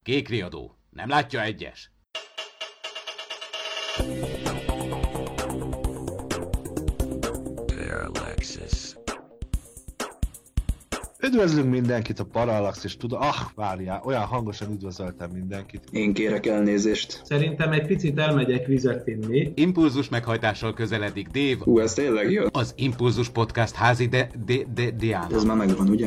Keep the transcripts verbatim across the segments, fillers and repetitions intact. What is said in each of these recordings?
Kék riadó. Nem látja egyes? Üdvözlünk mindenkit a Parallax, tudom, ah, várjál, olyan hangosan üdvözöltem mindenkit. Én kérek elnézést. Szerintem egy picit elmegyek vizet inni. Impulzus meghajtással közeledik Dave. Hú, ez tényleg jó? Az Impulzus Podcast házi de, de, de, Diana. Ez már megvan, ugye?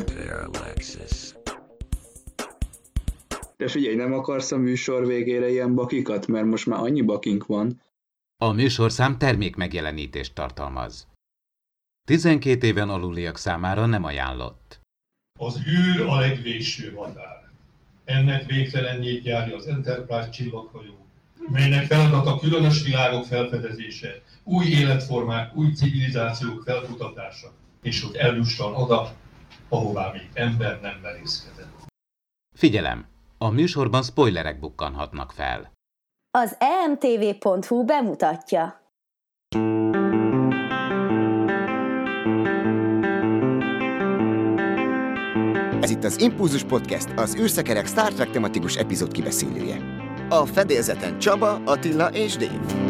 De figyelj, nem akarsz a műsor végére ilyen bakikat? Mert most már annyi bakink van. A műsorszám termék megjelenítést tartalmaz. tizenkét éven aluliak számára nem ajánlott. Az űr a legvégső határ. Ennek végtelenjét járja az Enterprise csillaghajó, melynek feladata különös világok felfedezése, új életformák, új civilizációk felkutatása, és hogy eljusson oda, ahová még ember nem merészkedett. Figyelem! A műsorban spoilerek bukkanhatnak fel. Az e em té vé pont hú bemutatja. Ez itt az Impulzus Podcast, az űrszekerek Star Trek tematikus epizód kibeszélője. A fedélzeten Csaba, Attila és Dave.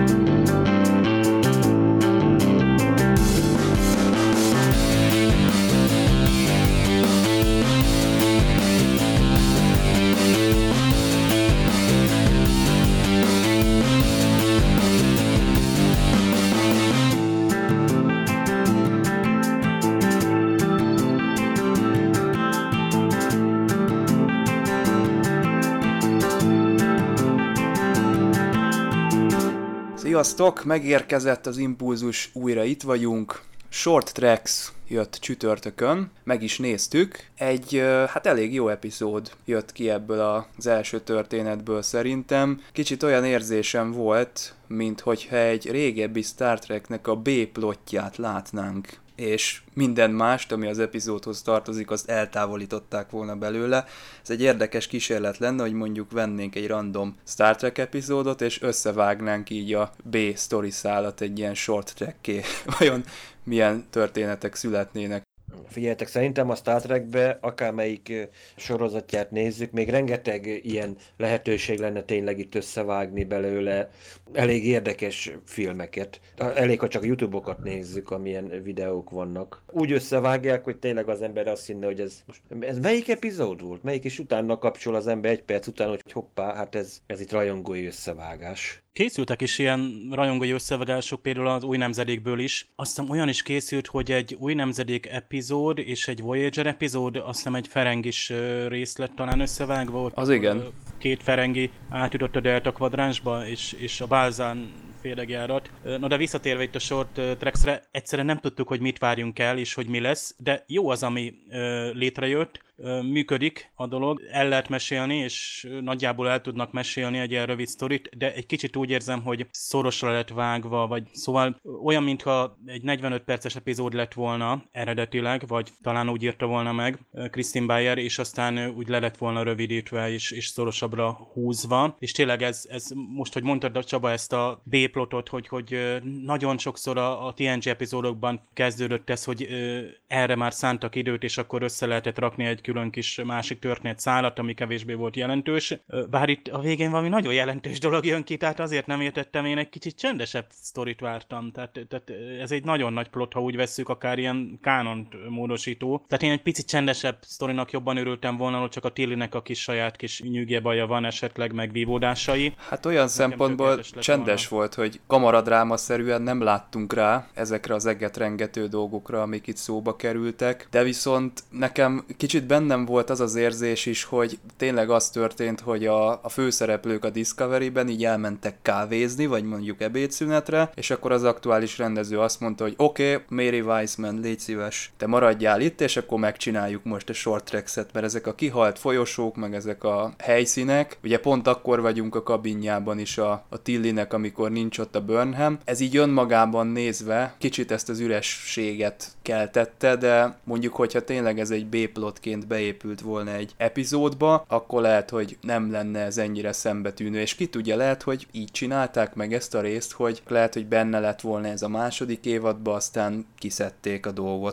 Sziasztok! Megérkezett az Impulzus, újra itt vagyunk. Short Tracks jött csütörtökön, meg is néztük. Egy hát elég jó epizód jött ki ebből az első történetből szerintem. Kicsit olyan érzésem volt, mint hogyha egy régebbi Star Treknek a B-plotját látnánk, és minden mást, ami az epizódhoz tartozik, azt eltávolították volna belőle. Ez egy érdekes kísérlet lenne, hogy mondjuk vennénk egy random Star Trek epizódot, és összevágnánk így a B-sztori szálat egy ilyen short track-ké. Vajon milyen történetek születnének? Figyeljetek, szerintem a Star Trekbe, akármelyik sorozatját nézzük, még rengeteg ilyen lehetőség lenne tényleg itt összevágni belőle elég érdekes filmeket. Elég, ha csak YouTube-okat nézzük, amilyen videók vannak. Úgy összevágják, hogy tényleg az ember azt hinne, hogy ez most, ez melyik epizód volt? Melyik, és utána kapcsol az ember egy perc után, hogy hoppá, hát ez, ez itt rajongói összevágás. Készültek is ilyen rajongói összevágások, például az Új Nemzedékből is. Azt hiszem olyan is készült, hogy egy Új Nemzedék epizód és egy Voyager epizód, azt hiszem egy ferengis rész lett talán összevágva. Az igen. Két ferengi átjutott a Delta kvadránsba, és, és a Balzan féregjárat. Na de visszatérve itt a Short Tracksre, egyszerűen nem tudtuk, hogy mit várjunk el, és hogy mi lesz, de jó az, ami ö, létrejött, ö, működik a dolog, el lehet mesélni, és nagyjából el tudnak mesélni egy ilyen rövid sztorit, de egy kicsit úgy érzem, hogy szorosra lett vágva, vagy szóval olyan, mintha egy negyvenöt perces epizód lett volna eredetileg, vagy talán úgy írta volna meg Kristin Bayer, és aztán úgy le lett volna rövidítve, és, és szorosabbra húzva, és tényleg ez, ez most, hogy mondtad, Csaba, ezt a B-plotot, hogy, hogy nagyon sokszor a, a té en gé epizódokban kezdődött ez, hogy ö, erre már szántak időt, és akkor össze lehetett rakni egy külön kis másik történet szálat, ami kevésbé volt jelentős. Bár itt a végén valami nagyon jelentős dolog jön ki, tehát azért nem értettem, én egy kicsit csendesebb sztorit vártam. Tehát, tehát ez egy nagyon nagy plot, ha úgy vesszük, akár ilyen kánont módosító. Tehát én egy picit csendesebb sztorinak jobban örültem volna, hogy csak a Tillynek a kis saját kis nyűgjebaja van esetleg, meg vívódásai. Hát olyan Nekem szempontból csendes volna. Volt, hogy kamaradrámaszerűen nem láttunk rá ezekre az egetrengető dolgokra, amik itt szóba kerültek, de viszont nekem kicsit bennem volt az az érzés is, hogy tényleg az történt, hogy a, a főszereplők a Discovery-ben így elmentek kávézni, vagy mondjuk ebédszünetre, és akkor az aktuális rendező azt mondta, hogy oké, okay, Mary Wiseman, légy szíves, te maradjál itt, és akkor megcsináljuk most a Short Tracks-et, mert ezek a kihalt folyosók, meg ezek a helyszínek, ugye pont akkor vagyunk a kabinjában is a, a Tillynek, amikor nincs ott a Burnham. Ez így önmagában nézve kicsit ezt az ürességet keltette, de mondjuk, hogyha tényleg ez egy B-plotként beépült volna egy epizódba, akkor lehet, hogy nem lenne ez ennyire szembetűnő, és ki tudja, lehet, hogy így csinálták meg ezt a részt, hogy lehet, hogy benne lett volna ez a második évadba, aztán kiszedték a dolgot.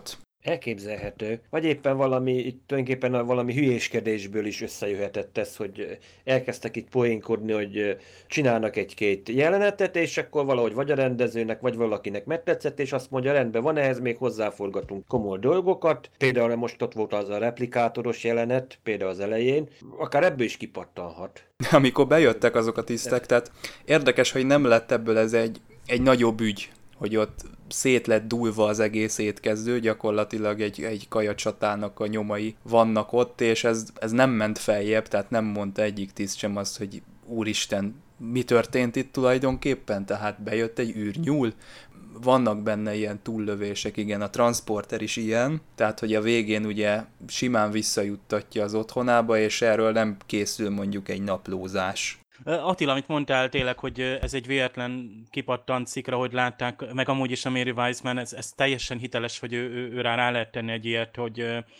Elképzelhető. Vagy éppen valami, itt tulajdonképpen valami hülyéskedésből is összejöhetett ez, hogy elkezdtek itt poénkodni, hogy csinálnak egy-két jelenetet, és akkor valahogy vagy a rendezőnek, vagy valakinek megtetszett, és azt mondja, rendben van, ehhez még hozzáforgatunk komoly dolgokat. Például most ott volt az a replikátoros jelenet, például az elején. Akár ebből is kipattanhat. Amikor bejöttek azok a tisztek, tehát érdekes, hogy nem lett ebből ez egy, egy nagyobb ügy, hogy ott szét lett dúlva az egész étkezdő, gyakorlatilag egy, egy kajacsatának a nyomai vannak ott, és ez, ez nem ment feljebb, tehát nem mondta egyik tiszt sem azt, hogy úristen, mi történt itt tulajdonképpen, tehát bejött egy űrnyúl. Vannak benne ilyen túllövések, igen, a transporter is ilyen, tehát hogy a végén ugye simán visszajuttatja az otthonába, és erről nem készül mondjuk egy naplózás. Attila, amit mondtál tényleg, hogy ez egy véletlen kipattant cikkra, hogy látták, meg amúgy is a Mary Wiseman, ez, ez teljesen hiteles, hogy ő, ő, ő rá, rá lehet tenni egy ilyet, hogy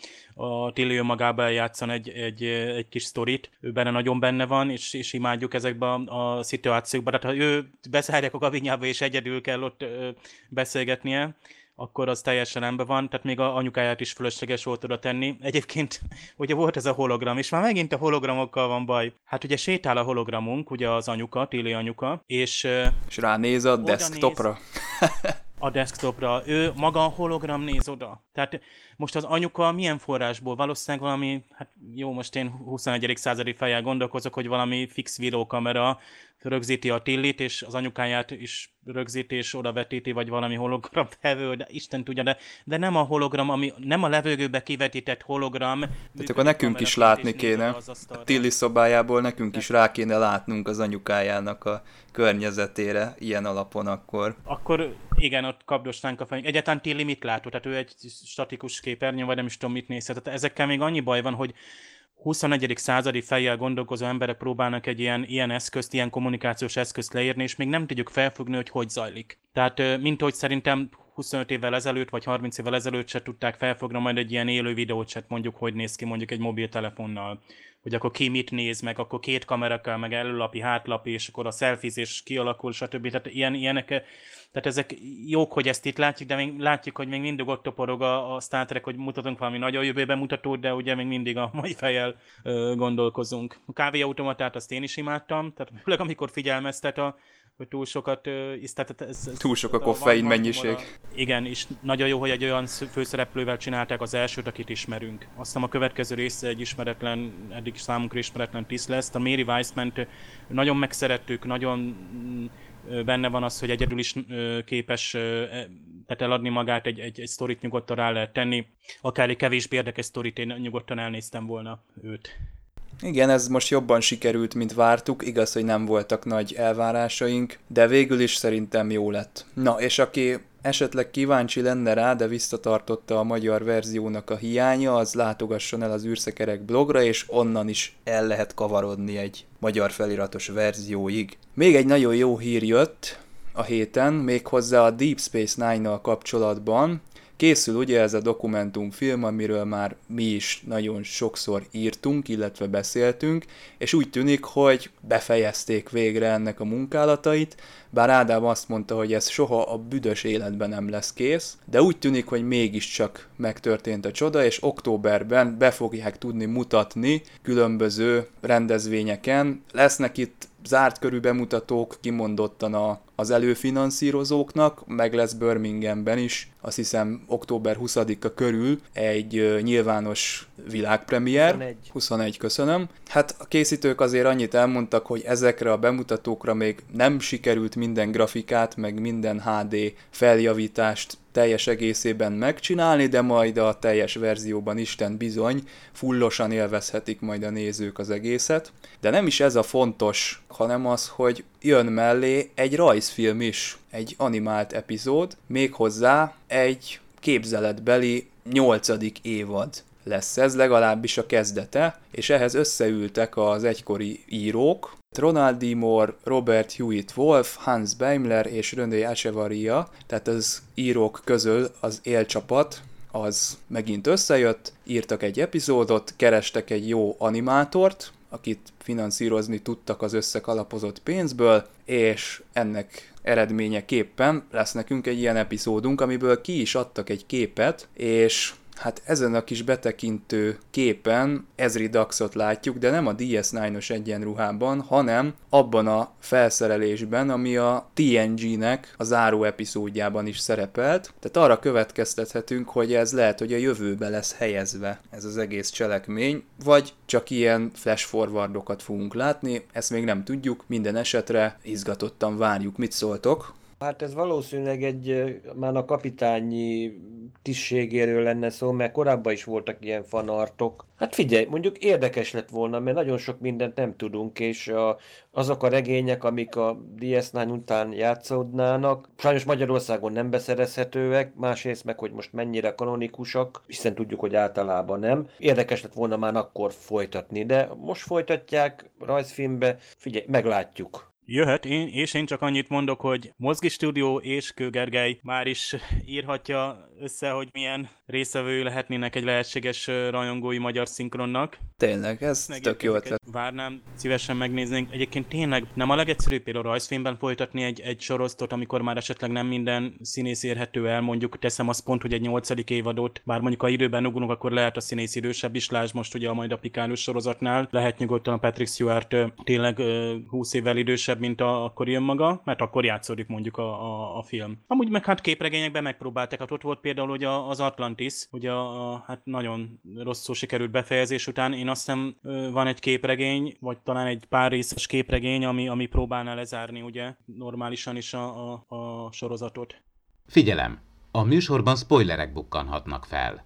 a Tilly magába eljátszan egy, egy, egy kis sztorit, ő benne nagyon benne van, és, és imádjuk ezekben a, a szituációkban. Tehát ha ő bezárják a kabinjába, és egyedül kell ott beszélgetnie, akkor az teljesen rendben van, tehát még a anyukáját is fölösleges volt oda tenni. Egyébként ugye volt ez a hologram, és már megint a hologramokkal van baj. Hát ugye sétál a hologramunk, ugye az anyuka, Tilly anyuka, és... És ránéz a desktopra. Néz a desktopra. Ő maga a hologram néz oda. Tehát most az anyuka milyen forrásból? Valószínűleg valami, hát jó, most én huszonegyedik századi fejjel gondolkozok, hogy valami fix videókamera rögzíti a Tillit, és az anyukáját is rögzíti, és oda vetíti, vagy valami hologram felvő, de Isten tudja, de, de nem a hologram, ami nem a levegőbe kivetített hologram. Tehát akkor nekünk is látni kéne, a Tilly szobájából nekünk de. is rá kéne látnunk az anyukájának a környezetére ilyen alapon akkor. Akkor igen, ott kapdosnánk a fejünk. Egyáltalán Tilly mit látott? Tehát ő egy statikus képernyő, vagy nem is tudom mit nézhet. Tehát ezekkel még annyi baj van, hogy huszonegyedik századi fejjel gondolkozó emberek próbálnak egy ilyen, ilyen eszközt, ilyen kommunikációs eszközt leírni, és még nem tudjuk felfogni, hogy hogy zajlik. Tehát mint hogy szerintem huszonöt évvel ezelőtt, vagy harminc évvel ezelőtt se tudták felfogni majd egy ilyen élő videócset, mondjuk, hogy néz ki mondjuk egy mobiltelefonnal. Hogy akkor ki mit néz meg, akkor két kamera kell, meg előlapi, hátlapi, és akkor a selfiezés kialakul, stb. Tehát ilyen, ilyenek, tehát ezek jók, hogy ezt itt látjuk, de még látjuk, hogy még mindig ott toporog a, a Star Trek, hogy mutatunk valami nagyon jövőben mutatót, de ugye még mindig a mai fejjel ö, gondolkozunk. A kávéautomatát azt én is imádtam, tehát főleg amikor figyelmeztet a hogy túl sokat uh, isz, tehát ez, ez, túl sok a koffein mennyiség. A, igen, és nagyon jó, hogy egy olyan főszereplővel csinálták az elsőt, akit ismerünk. Azt hiszem a következő része egy ismeretlen, eddig számunkra ismeretlen tiszt lesz. A Mary Wiseman-t nagyon megszerettük, nagyon benne van az, hogy egyedül is képes tehát eladni magát, egy, egy, egy sztorit nyugodtan rá lehet tenni. Akár egy kevésbé érdekes sztorit, én nyugodtan elnéztem volna őt. Igen, ez most jobban sikerült, mint vártuk, igaz, hogy nem voltak nagy elvárásaink, de végül is szerintem jó lett. Na, és aki esetleg kíváncsi lenne rá, de visszatartotta a magyar verziónak a hiánya, az látogasson el az űrszekerek blogra, és onnan is el lehet kavarodni egy magyar feliratos verzióig. Még egy nagyon jó hír jött a héten, méghozzá a Deep Space Nine-nal kapcsolatban. Készül ugye ez a dokumentumfilm, amiről már mi is nagyon sokszor írtunk, illetve beszéltünk, és úgy tűnik, hogy befejezték végre ennek a munkálatait, bár Ádám azt mondta, hogy ez soha a büdös életben nem lesz kész, de úgy tűnik, hogy mégiscsak megtörtént a csoda, és októberben be fogják tudni mutatni különböző rendezvényeken. Lesznek itt zárt körű bemutatók kimondottan a, az előfinanszírozóknak, meg lesz Birminghamben is, azt hiszem október huszadika körül egy uh, nyilvános világpremiér. huszonegy. huszonegy, köszönöm. Hát a készítők azért annyit elmondtak, hogy ezekre a bemutatókra még nem sikerült minden grafikát, meg minden há dé feljavítást teljes egészében megcsinálni, de majd a teljes verzióban Isten bizony fullosan élvezhetik majd a nézők az egészet. De nem is ez a fontos, hanem az, hogy jön mellé egy rajzfilm is, egy animált epizód, méghozzá egy képzeletbeli nyolcadik évad lesz ez, legalábbis a kezdete, és ehhez összeültek az egykori írók, Ronald D. Moore, Robert Hewitt Wolf, Hans Beimler és René Echevarria, tehát az írók közül az élcsapat, az megint összejött, írtak egy epizódot, kerestek egy jó animátort, akit finanszírozni tudtak az összekalapozott pénzből, és ennek eredményeképpen lesz nekünk egy ilyen epizódunk, amiből ki is adtak egy képet, és hát ezen a kis betekintő képen Ezri Daxot látjuk, de nem a dé es kilences egyenruhában, hanem abban a felszerelésben, ami a té en gé-nek a záró epizódjában is szerepelt. Tehát arra következtethetünk, hogy ez lehet, hogy a jövőbe lesz helyezve ez az egész cselekmény, vagy csak ilyen flash forwardokat fogunk látni, ezt még nem tudjuk, minden esetre izgatottan várjuk. Mit szóltok? Hát ez valószínűleg egy már a kapitányi tisztségéről lenne szó, mert korábban is voltak ilyen fanartok. Hát figyelj, mondjuk érdekes lett volna, mert nagyon sok mindent nem tudunk, és a, azok a regények, amik a dé es kilenc után játszódnának, sajnos Magyarországon nem beszerezhetőek, másrészt meg, hogy most mennyire kanonikusak, hiszen tudjuk, hogy általában nem. Érdekes lett volna már akkor folytatni, de most folytatják rajzfilmbe, figyelj, meglátjuk. Jöhet, én, és én csak annyit mondok, hogy Mozgi Stúdió és Kő Gergely már is írhatja össze, hogy milyen részevői lehetnének egy lehetséges rajongói magyar szinkronnak. Tényleg, ez tök jó ötlet. Várnám, szívesen megnéznénk. Egyébként tényleg nem a legegyszerűbb például rajzfilmben folytatni egy, egy sorozatot, amikor már esetleg nem minden színész érhető el, mondjuk teszem azt pont, hogy egy nyolcadik évadot, bár mondjuk a időben ugrunk, akkor lehet a színész idősebb is, lásd most ugye a majd applikálós sorozatnál, lehet nyugodtan a Patrick Stewart tényleg húsz évvel idősebb, mint a, akkor jön maga, mert akkor játszódik mondjuk a, a, a film. Amúgy meg hát képregényekben megpróbálták, hát ott volt például ugye az Atlantis, ugye a, a, hát nagyon rosszul sikerült befejezés után, én azt hiszem van egy képregény, vagy talán egy pár részes képregény, ami, ami próbálná lezárni ugye normálisan is a, a, a sorozatot. Figyelem! A műsorban spoilerek bukkanhatnak fel.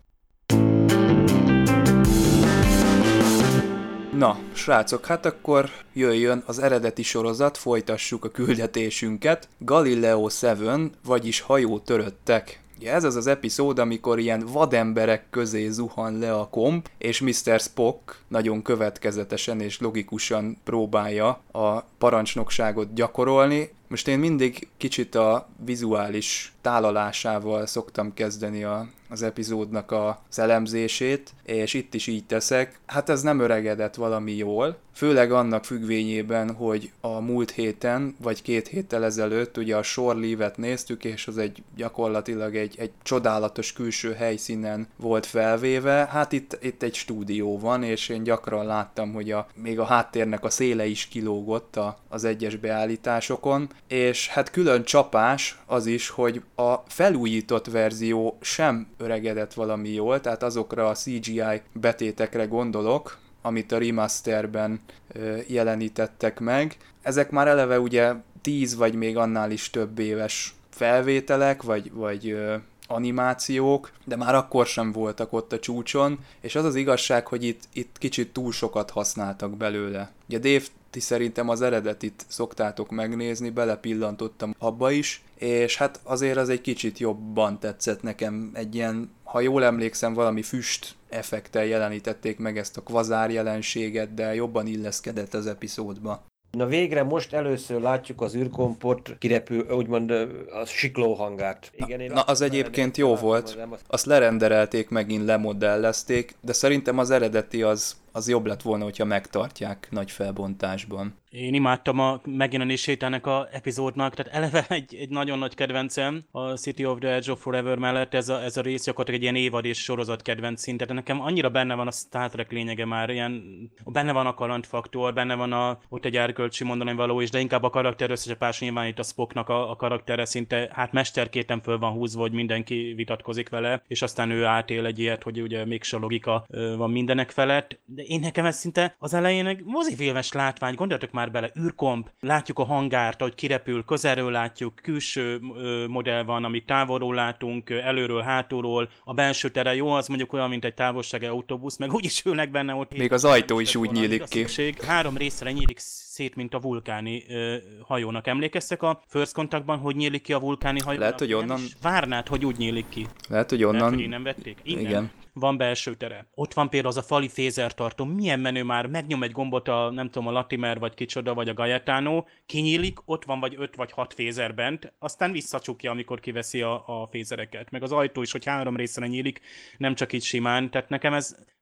Na, srácok, hát akkor jöjjön az eredeti sorozat, folytassuk a küldetésünket. Galileo hét, vagyis hajótöröttek. Ja, ez az az epizód, amikor ilyen vademberek közé zuhan le a komp, és miszter Spock nagyon következetesen és logikusan próbálja a parancsnokságot gyakorolni. Most én mindig kicsit a vizuális tálalásával szoktam kezdeni a, az epizódnak az elemzését, és itt is így teszek. Hát ez nem öregedett valami jól, főleg annak függvényében, hogy a múlt héten, vagy két héttel ezelőtt ugye a Shore Leave-et néztük, és az egy gyakorlatilag egy, egy csodálatos külső helyszínen volt felvéve. Hát itt, itt egy stúdió van, és én gyakran láttam, hogy a, még a háttérnek a széle is kilógott a, az egyes beállításokon, és hát külön csapás az is, hogy a felújított verzió sem öregedett valami jól, tehát azokra a cé gé í betétekre gondolok, amit a remasterben ö, jelenítettek meg. Ezek már eleve ugye tíz vagy még annál is több éves felvételek, vagy, vagy ö, animációk, de már akkor sem voltak ott a csúcson, és az az igazság, hogy itt, itt kicsit túl sokat használtak belőle. Ugye Dave, ti szerintem az eredetit szoktátok megnézni, belepillantottam abba is, és hát azért az egy kicsit jobban tetszett nekem, egy ilyen, ha jól emlékszem, valami füst effektel jelenítették meg ezt a kvazár jelenséget, de jobban illeszkedett az epizódba. Na végre most először látjuk az űrkompot kirepül, úgymond a siklóhangát. Igen, na, na az egyébként jó volt, azt lerenderelték, megint lemodellezték, de szerintem az eredeti az, az jobb lett volna, hogyha megtartják nagy felbontásban. Én imádtam a megjelenését ennek a epizódnak, tehát eleve egy, egy nagyon nagy kedvencem a City of the Edge of Forever mellett, ez a, ez a rész gyakorlatilag egy ilyen évad és sorozat kedvenc szint, tehát nekem annyira benne van a Star Trek lényege már, ilyen, benne van a kalandfaktor, benne van a, ott egy erkölcsi mondani való is, de inkább a karakter összecsapás nyilván itt a Spocknak a, a karaktere szinte, hát mesterkéten föl van húzva, hogy mindenki vitatkozik vele, és aztán ő átél egy ilyet, hogy ugye mégse logika van mindenek felett, de én nekem ez szinte az elején egy mozifilmes látvány, gondoljatok már bele, űrkomp, látjuk a hangárt, ahogy kirepül, közelről látjuk, külső ö, modell van, amit távolról látunk, előről, hátulról, a belső tere jó, az mondjuk olyan, mint egy távolsági autóbusz, meg úgyis ülnek benne ott. Még az ajtó is úgy nyílik ki. Három részre nyílik szét, mint a vulkáni ö, hajónak. Emlékeztek a First Contactban, hogy nyílik ki a vulkáni hajónak? Lehet, hogy onnan... Várnád, hogy úgy nyílik ki. Lehet, hogy onnan... Lehet, hogy nem vették? Innen. Igen. Van belső tere. Ott van például az a fali fézertartó, milyen menő már, megnyom egy gombot a, nem tudom, a Latimer, vagy kicsoda, vagy a Gaetano, kinyílik, ott van vagy öt vagy hat fézer bent, aztán visszacsukja, amikor kiveszi a, a fézereket. Meg az ajtó is, hogy három részre nyílik, nem csak így simán, tehát nekem ez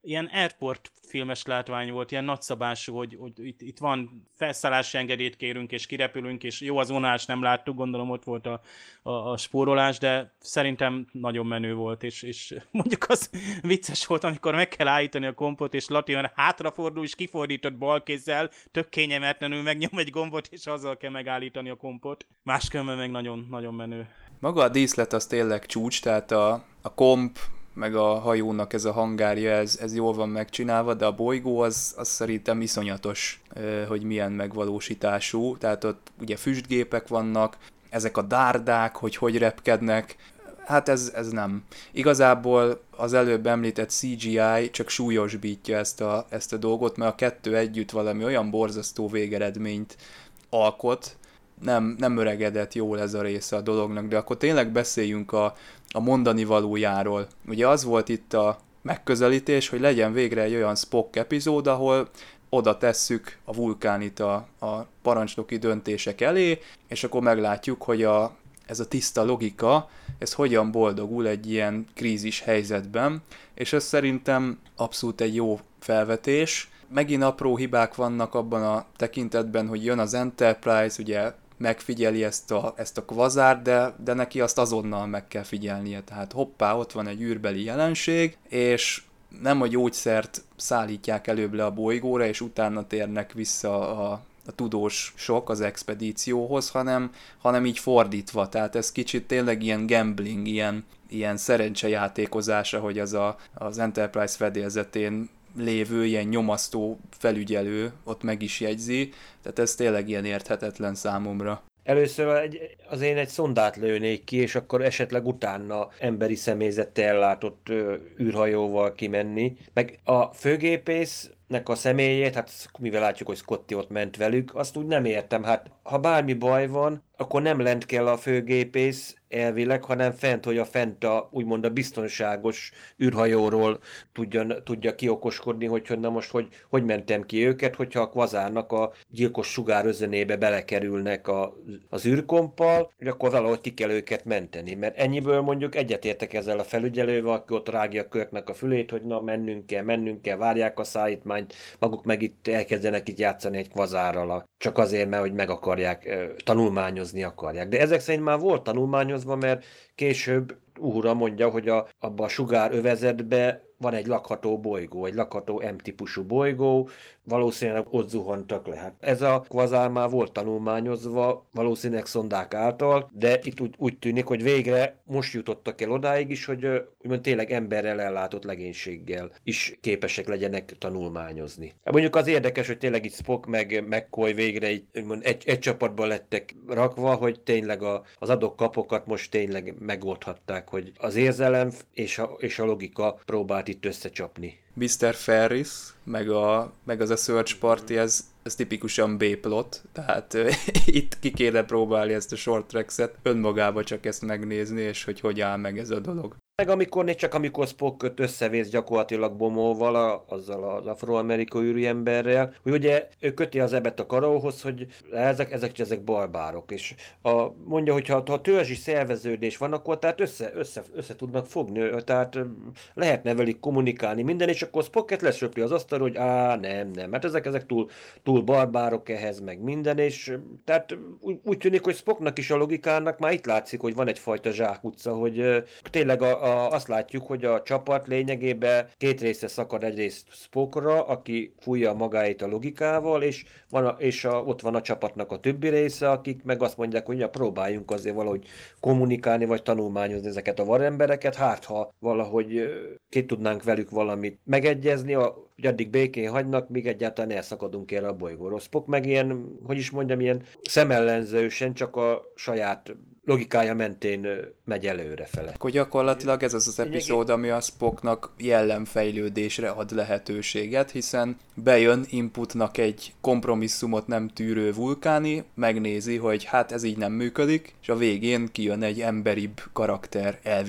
ilyen airport filmes látvány volt, ilyen nagyszabású, hogy, hogy itt, itt van felszállási engedélyt kérünk, és kirepülünk, és jó, az vonás nem láttuk, gondolom ott volt a, a, a spórolás, de szerintem nagyon menő volt, és, és mondjuk az vicces volt, amikor meg kell állítani a kompot, és Lati olyan hátrafordul, és kifordított balkézzel, tök kényelmetlenül megnyom egy gombot, és azzal kell megállítani a kompot. Máskülönben meg nagyon, nagyon menő. Maga a díszlet az tényleg csúcs, tehát a, a komp, meg a hajónak ez a hangárja, ez, ez jól van megcsinálva, de a bolygó az, az szerintem iszonyatos, hogy milyen megvalósítású. Tehát ott ugye füstgépek vannak, ezek a dárdák, hogy hogy repkednek, hát ez, ez nem. Igazából az előbb említett cé gé í csak súlyosbítja ezt a, ezt a dolgot, mert a kettő együtt valami olyan borzasztó végeredményt alkot, nem, nem öregedett jól ez a része a dolognak, de akkor tényleg beszéljünk a, a mondani valójáról. Ugye az volt itt a megközelítés, hogy legyen végre egy olyan Spock epizód, ahol oda tesszük a vulkánit a, a parancsnoki döntések elé, és akkor meglátjuk, hogy a, ez a tiszta logika, ez hogyan boldogul egy ilyen krízis helyzetben, és ez szerintem abszolút egy jó felvetés. Megint apró hibák vannak abban a tekintetben, hogy jön az Enterprise, ugye megfigyeli ezt a, ezt a kvazárt, de, de neki azt azonnal meg kell figyelnie. Tehát hoppá, ott van egy űrbeli jelenség, és nem a gyógyszert szállítják előbb le a bolygóra, és utána térnek vissza a, a tudósok az expedícióhoz, hanem, hanem így fordítva. Tehát ez kicsit tényleg ilyen gambling, ilyen, ilyen szerencsejátékozása, hogy az a, az Enterprise fedélzetén lévő ilyen nyomasztó felügyelő ott meg is jegyzi, tehát ez tényleg ilyen érthetetlen számomra. Először egy, az én egy szondát lőnék ki, és akkor esetleg utána emberi személyzettel ellátott ö, űrhajóval kimenni. Meg a főgépésznek a személyét, hát mivel látjuk, hogy Scotty ott ment velük, azt úgy nem értem. Hát ha bármi baj van, akkor nem lent kell a főgépész elvileg, hanem fent, hogy a fent a úgymond a biztonságos űrhajóról tudjon, tudja kiokoskodni, hogy na most hogy, hogy mentem ki őket, hogyha a kvazárnak a gyilkos sugár özönébe belekerülnek a, az űrkomppal, hogy akkor valahogy ki kell őket menteni. Mert ennyiből mondjuk egyetértek ezzel a felügyelővel, aki ott rágja a Kirknek a fülét, hogy na mennünk kell, mennünk kell, várják a szállítmányt, maguk meg itt elkezdenek itt játszani egy kvazárral, csak azért, mert hogy meg akarják, tanulmányozni akarják. De ezek szerint már volt tanulmányozva, mert később Uhura mondja, hogy a, abban a sugár övezetben van egy lakható bolygó, egy lakható M-típusú bolygó, valószínűleg ott zuhantak le. Hát ez a kvazár már volt tanulmányozva, valószínűleg szondák által, de itt úgy, úgy tűnik, hogy végre most jutottak el odáig is, hogy úgymond tényleg emberrel ellátott legénységgel is képesek legyenek tanulmányozni. Mondjuk az érdekes, hogy tényleg itt Spock meg McCoy végre így, úgymond egy, egy csapatban lettek rakva, hogy tényleg a, az adok-kapokat most tényleg megoldhatták, hogy az érzelem és a, és a logika próbált itt összecsapni. miszter Ferris, meg, a, meg az a Search Party, ez, ez tipikusan B-plot, tehát itt ki kéne próbálni ezt a short tracks-et, önmagába csak ezt megnézni, és hogy hogy áll meg ez a dolog. Meg amikor, négy csak amikor Spock összevész gyakorlatilag Bomóval, a, azzal az afroamerikai űriemberrel, hogy ugye ő köti az ebet a karóhoz, hogy ezek, ezek, ezek barbárok, és a, mondja, hogy ha, ha törzsi szerveződés van, akkor tehát össze, össze, össze tudnak fogni, tehát lehetne velük kommunikálni minden, és akkor Spocket lesöpli az asztalra, hogy á, nem, nem, mert ezek, ezek túl, túl barbárok ehhez, meg minden, és tehát úgy, úgy tűnik, hogy Spocknak is a logikának már itt látszik, hogy van egyfajta zsákutca, hogy tényleg a A, azt látjuk, hogy a csapat lényegében két része szakad, egyrészt Spockra, aki fújja magáit a logikával, és, van a, és a, ott van a csapatnak a többi része, akik meg azt mondják, hogy ja, próbáljunk azért valahogy kommunikálni, vagy tanulmányozni ezeket a varembereket, hát ha valahogy ki tudnánk velük valamit megegyezni, a, hogy addig békén hagynak, míg egyáltalán elszakadunk el a bolygóról. Spock meg ilyen, hogy is mondjam, ilyen szemellenzősen csak a saját logikája mentén megy előre fele. Akkor gyakorlatilag ez az az epizód, ami a Spocknak jellemfejlődésre ad lehetőséget, hiszen bejön inputnak egy kompromisszumot nem tűrő vulkáni, megnézi, hogy hát ez így nem működik, és a végén kijön egy emberibb karakter elvileg.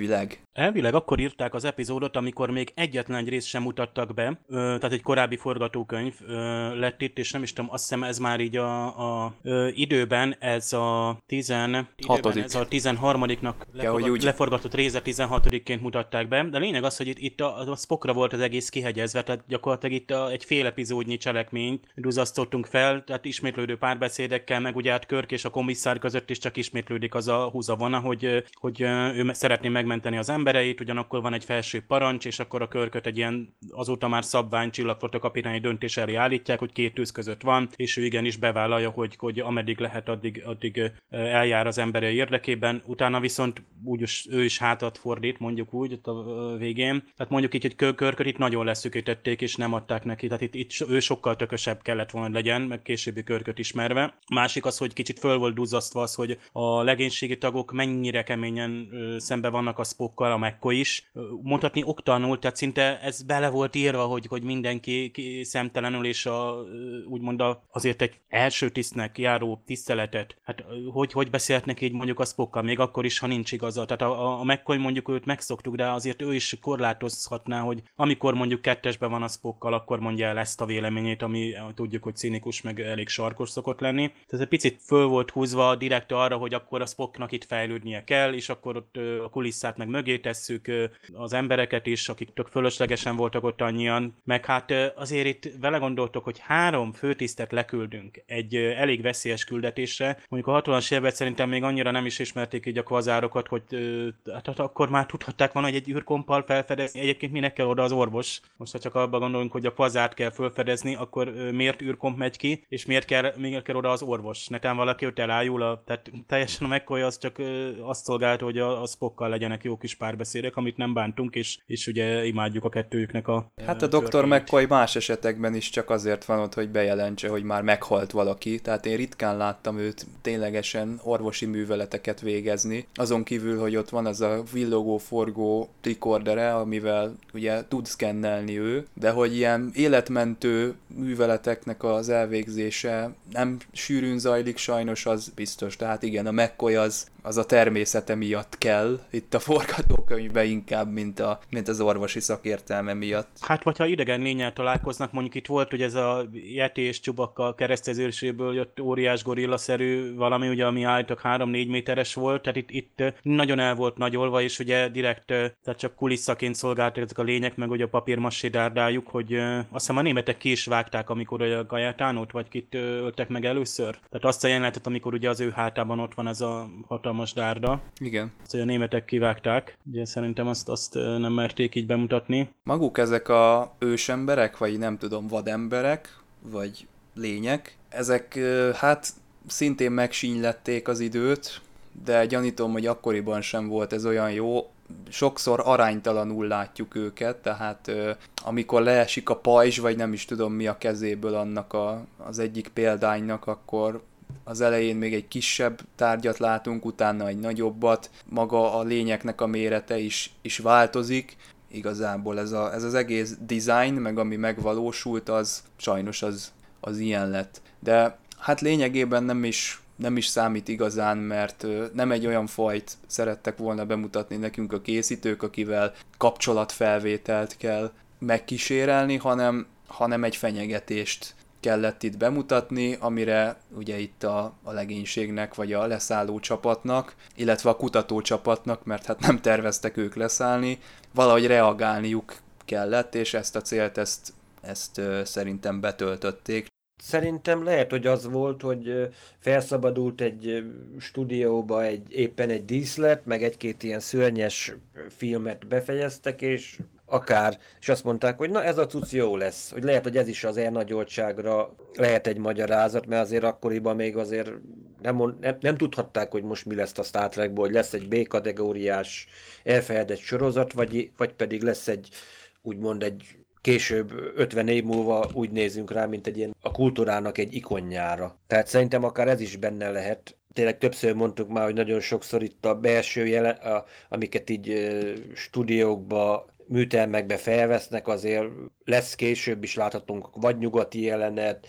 Elvileg akkor írták az epizódot, amikor még egyetlen egy részt sem mutattak be, ö, tehát egy korábbi forgatókönyv ö, lett itt, és nem is tudom, azt hiszem ez már így a, a ö, időben ez a tizen, időben ez a tizenharmadiknak leforgat, ja, úgy... leforgatott része tizenhatodikként mutatták be, de lényeg az, hogy itt, itt a, a Spockra volt az egész kihegyezve, tehát gyakorlatilag itt a, egy fél epizódnyi cselekményt duzasztottunk fel, tehát ismétlődő párbeszédekkel, meg ugye át Kirk és a komisszár között is csak ismétlődik az a húzavona, hogy, hogy ő szeretné megmenteni az embereit, ugyanakkor van egy felső parancs, és akkor a Kirköt egy ilyen azóta már szabvány csillagflotta kapitányi döntés elé állítják, hogy két tűz között van, és ő igenis bevállalja, hogy, hogy ameddig lehet, addig, addig eljár az emberei érdekében. Utána viszont úgy ő is hátat fordít, mondjuk úgy a végén. Tehát mondjuk így, hogy Kirköt itt nagyon leszűkítették, és nem adták neki. Tehát itt, itt ő sokkal tökösebb kellett volna legyen, meg későbbi Kirköt ismerve. Másik az, hogy kicsit föl volt duzzasztva az, hogy a legénységi tagok mennyire keményen szembe vannak a Spockkal, a McCoy is. Mondhatni oktalanul, tehát szinte ez bele volt írva, hogy, hogy mindenki szemtelenül, és a, úgymond a, azért egy első tisztnek járó tiszteletet. Hát hogy, hogy beszélhetnek így mondjuk a Spockkal, még akkor is, ha nincs igaza. Tehát a, a McCoy mondjuk őt megszoktuk, de azért ő is korlátozhatná, hogy amikor mondjuk kettesben van a Spockkal, akkor mondja el ezt a véleményét, ami tudjuk, hogy cinikus, meg elég sarkos szokott lenni. Tehát egy picit föl volt húzva direkt arra, hogy akkor a Spocknak itt fejlődnie kell, és akkor ott a kulisszát meg mögé tesszük az embereket is, akik tök fölöslegesen voltak ott annyian, meg hát azért itt vele gondoltok, hogy három főtisztet leküldünk egy elég veszélyes küldetésre. Mondjuk a hatvanas évben szerintem még annyira nem is ismerték így a kvazárokat, hogy hát akkor már tudhatták volna, hogy egy űrkompal felfedezni. Egyébként minek kell oda az orvos? Most ha csak abba gondolunk, hogy a kvazárt kell felfedezni, akkor miért űrkomp megy ki, és miért kell, miért kell oda az orvos? Netán valaki ott elájul, a, tehát teljesen a McCoy az csak azt szolgálta, hogy a, a Spockkal legyenek jó kis párbeszédek, amit nem bántunk, és, és ugye imádjuk a kettőjüknek a... Hát a doktor McCoy más esetekben is csak azért van ott, hogy bejelentse, hogy már meghalt valaki, tehát én ritkán láttam őt ténylegesen orvosi műveleteket végezni. Azon kívül, hogy ott van az a villogó, forgó trikordere, amivel ugye tud szkennelni ő, de hogy ilyen életmentő műveleteknek az elvégzése nem sűrűn zajlik sajnos, az biztos. Tehát igen, a McCoy az, az a természete miatt kell itt a forgatókönyvben inkább, mint, a, mint az orvosi szakértelme miatt. Hát, vagy ha idegen lénnyel találkoznak, mondjuk itt volt, hogy ez a Yeti és Chewbacca kereszteződéséből jött óriás gorillaszerű valami, ugye, ami állítok három-négy méteres volt, tehát itt, itt nagyon el volt nagyolva, és ugye direkt, tehát csak kuliszaként szolgáltak ezek a lények, meg ugye a papírmassé dárdájuk, hogy azt hiszem a németek ki is vágták, amikor a Gajatánót, vagy kit öltek meg először. Tehát azt a jelenetet, amikor ugye az ő hátában ott van ez a hatalmas dárda. Igen. Azt, hogy a németek kivágták. Ugye szerintem azt, azt nem merték így bemutatni. Maguk ezek a ősemberek, vagy nem tudom, vademberek, vagy lények, ezek hát szintén megsínylették az időt, de gyanítom, hogy akkoriban sem volt ez olyan jó. Sokszor aránytalanul látjuk őket, tehát amikor leesik a pajzs, vagy nem is tudom mi a kezéből annak a, az egyik példánynak, akkor az elején még egy kisebb tárgyat látunk, utána egy nagyobbat, maga a lényeknek a mérete is, is változik. Igazából ez, a, ez az egész design, meg ami megvalósult, az sajnos az, az ilyen lett. De hát lényegében nem is, nem is számít igazán, mert nem egy olyan fajt szerettek volna bemutatni nekünk a készítők, akivel kapcsolatfelvételt kell megkísérelni, hanem, hanem egy fenyegetést kellett itt bemutatni, amire ugye itt a, a legénységnek, vagy a leszálló csapatnak, illetve a kutató csapatnak, mert hát nem terveztek ők leszállni, valahogy reagálniuk kellett, és ezt a célt, ezt, ezt ö, szerintem betöltötték. Szerintem lehet, hogy az volt, hogy felszabadult egy stúdióba egy, éppen egy díszlet, meg egy-két ilyen szörnyes filmet befejeztek, és akár, és azt mondták, hogy na ez a cucc jó lesz, hogy lehet, hogy ez is az elnagyoltságra lehet egy magyarázat, mert azért akkoriban még azért nem, nem, nem tudhatták, hogy most mi lesz a Star Trekból, hogy lesz egy B-kategóriás elfeledett sorozat, vagy, vagy pedig lesz egy, úgymond egy később ötven év múlva úgy nézünk rá, mint egy ilyen a kultúrának egy ikonjára. Tehát szerintem akár ez is benne lehet. Tényleg többször mondtuk már, hogy nagyon sokszor itt a belső jelen, a, amiket így e, stúdiókba, műtermekbe felvesznek, azért lesz később is láthatunk vagy nyugati jelenet,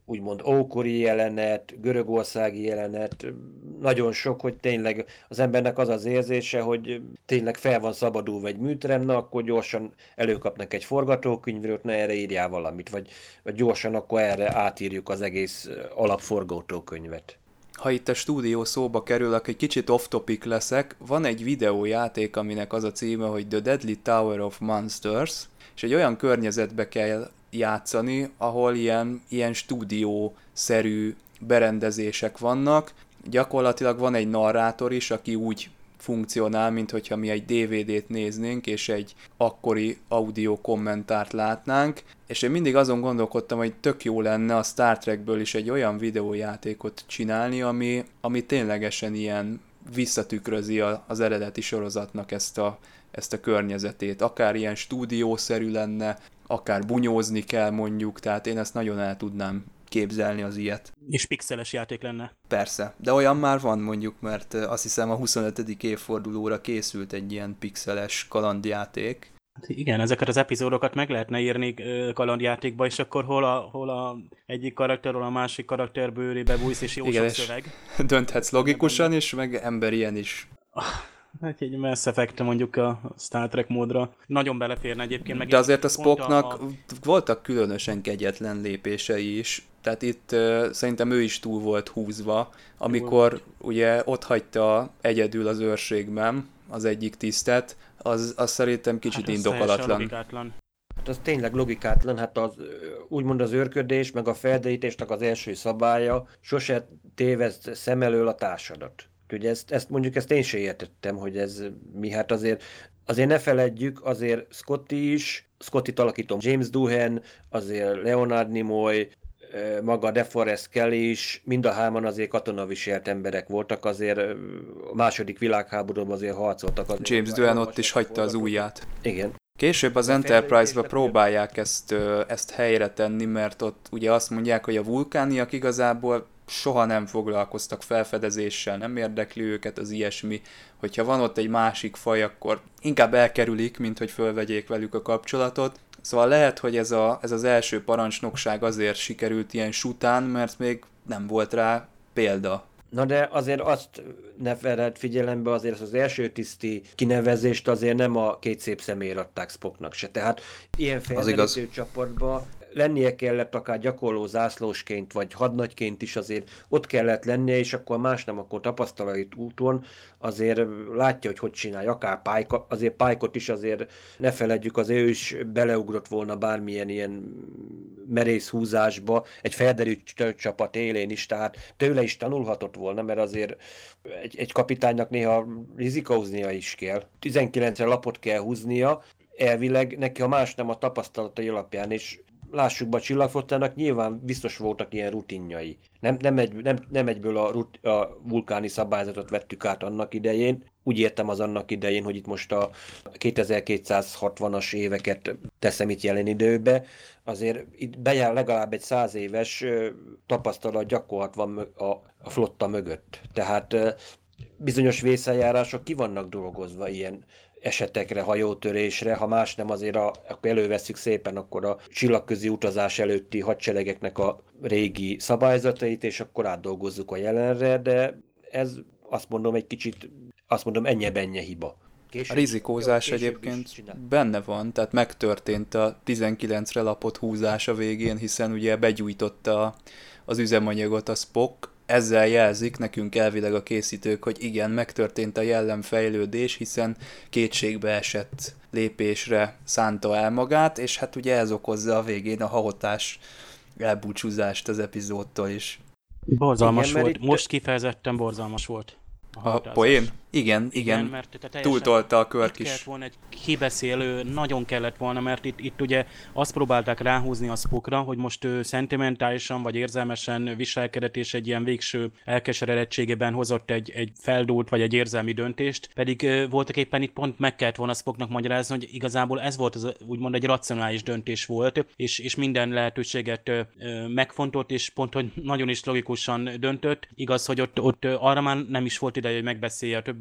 úgymond ókori jelenet, görögországi jelenet, nagyon sok, hogy tényleg az embernek az az érzése, hogy tényleg fel van szabadulva egy műterem, na akkor gyorsan előkapnak egy forgatókönyvről, ne erre írjál valamit, vagy, vagy gyorsan akkor erre átírjuk az egész alapforgatókönyvet. Ha itt a stúdió szóba kerül, akkor egy kicsit off-topic leszek. Van egy videójáték, aminek az a címe, hogy The Deadly Tower of Monsters, és egy olyan környezetbe kell játszani, ahol ilyen, ilyen stúdiószerű berendezések vannak. Gyakorlatilag van egy narrátor is, aki úgy funkcionál, mint hogyha mi egy dé vé dét néznénk, és egy akkori audio kommentárt látnánk, és én mindig azon gondolkodtam, hogy tök jó lenne a Star Trekből is egy olyan videójátékot csinálni, ami, ami ténylegesen ilyen visszatükrözi a, az eredeti sorozatnak ezt a, ezt a környezetét. Akár ilyen stúdiószerű lenne, akár bunyózni kell mondjuk, tehát én ezt nagyon el tudnám képzelni az ilyet. És pixeles játék lenne. Persze, de olyan már van mondjuk, mert azt hiszem a huszonötödik évfordulóra készült egy ilyen pixeles kalandjáték. Igen, ezeket az epizódokat meg lehetne írni kalandjátékba, és akkor hol a, hol a egyik karakter, hol a másik karakter bőrébe bújsz, és jó igen, sok szöveg. Dönthetsz logikusan is, meg emberien is. Hát egy Mass Effect mondjuk a Star Trek módra. Nagyon beleférne egyébként. Meg de azért a Spocknak a... voltak különösen kegyetlen lépései is. Tehát itt uh, szerintem ő is túl volt húzva, amikor jó. ugye ott hagyta egyedül az őrségben az egyik tisztet, az, az szerintem kicsit hát indokolatlan. Hát az tényleg logikátlan, hát az, úgymond az őrködés, meg a felderítésnek az első szabálya, sose téveszt szem elől a társadat. Ugye ezt, ezt mondjuk ezt én sem értettem, hogy ez mi, hát azért, azért ne feledjük, azért Scotty is, Scotty-t alakítom, James Doohan, azért Leonard Nimoy, maga DeForest Kelly is, mind a hárman azért katonaviselt emberek voltak, azért a második világháborúban azért harcoltak. Azért James Doohan ott is hagyta az ujját. Igen. Később az Enterprise-ba próbálják ezt, ezt helyre tenni, mert ott ugye azt mondják, hogy a vulkániak igazából soha nem foglalkoztak felfedezéssel, nem érdekli őket az ilyesmi. Hogyha van ott egy másik faj, akkor inkább elkerülik, mint hogy fölvegyék velük a kapcsolatot. Szóval lehet, hogy ez, a, ez az első parancsnokság azért sikerült ilyen sután, mert még nem volt rá példa. Na de azért azt ne feled figyelembe, azért az első tiszti kinevezést azért nem a két szép személyre adták Spocknak se. Tehát ilyen felderítő csoportban lennie kellett akár gyakorló zászlósként, vagy hadnagyként is azért ott kellett lennie, és akkor más nem, akkor tapasztalat úton azért látja, hogy hogy csinálja, akár Pike, azért Pike-ot is azért ne feledjük, azért ő is beleugrott volna bármilyen ilyen merész húzásba, egy felderítő csapat élén is, tehát tőle is tanulhatott volna, mert azért egy, egy kapitánynak néha rizikóznia is kell. tizenkilencre lapot kell húznia, elvileg neki a más nem a tapasztalatai alapján, és lássuk be, a Csillagflottának nyilván biztos voltak ilyen rutinjai. Nem, nem, egy, nem, nem egyből a, rut, a vulkáni szabályzatot vettük át annak idején. Úgy értem az annak idején, hogy itt most a kétezer-kétszázhatvanas éveket teszem itt jelen időbe. Azért itt bejár legalább egy száz éves tapasztalat gyakorlat van a, a flotta mögött. Tehát bizonyos vészeljárások ki vannak dolgozva ilyen esetekre, hajótörésre, ha más nem azért, a, akkor elővesszük szépen akkor a csillagközi utazás előtti hadseregeknek a régi szabályzatait, és akkor átdolgozzuk a jelenre, de ez azt mondom egy kicsit, azt mondom ennyi-bennyi hiba. Később, a rizikózás egyébként benne van, tehát megtörtént a tizenkilencre lapot húzása végén, hiszen ugye begyújtotta az üzemanyagot a Spock. Ezzel jelzik nekünk elvileg a készítők, hogy igen, megtörtént a jellemfejlődés, hiszen kétségbe esett lépésre szánta el magát, és hát ugye ez okozza a végén a hahotás elbúcsúzást az epizódtól is. Borzalmas igen, volt, itt... most kifejezetten borzalmas volt. A, a poén? Igen, igen, igen, mert túltolta a Kirk is. Kellett volna egy kibeszélő, nagyon kellett volna, mert itt, itt ugye azt próbálták ráhúzni a Spockra, hogy most ő szentimentálisan vagy érzelmesen viselkedett, és egy ilyen végső elkeseredettségében hozott egy, egy feldúlt vagy egy érzelmi döntést, pedig voltak éppen itt pont meg kellett volna Spocknak magyarázni, hogy igazából ez volt az, úgymond egy racionális döntés volt, és, és minden lehetőséget megfontolt, és pont, hogy nagyon is logikusan döntött. Igaz, hogy ott, ott arra már nem is volt ideje, hogy megbeszélje a többi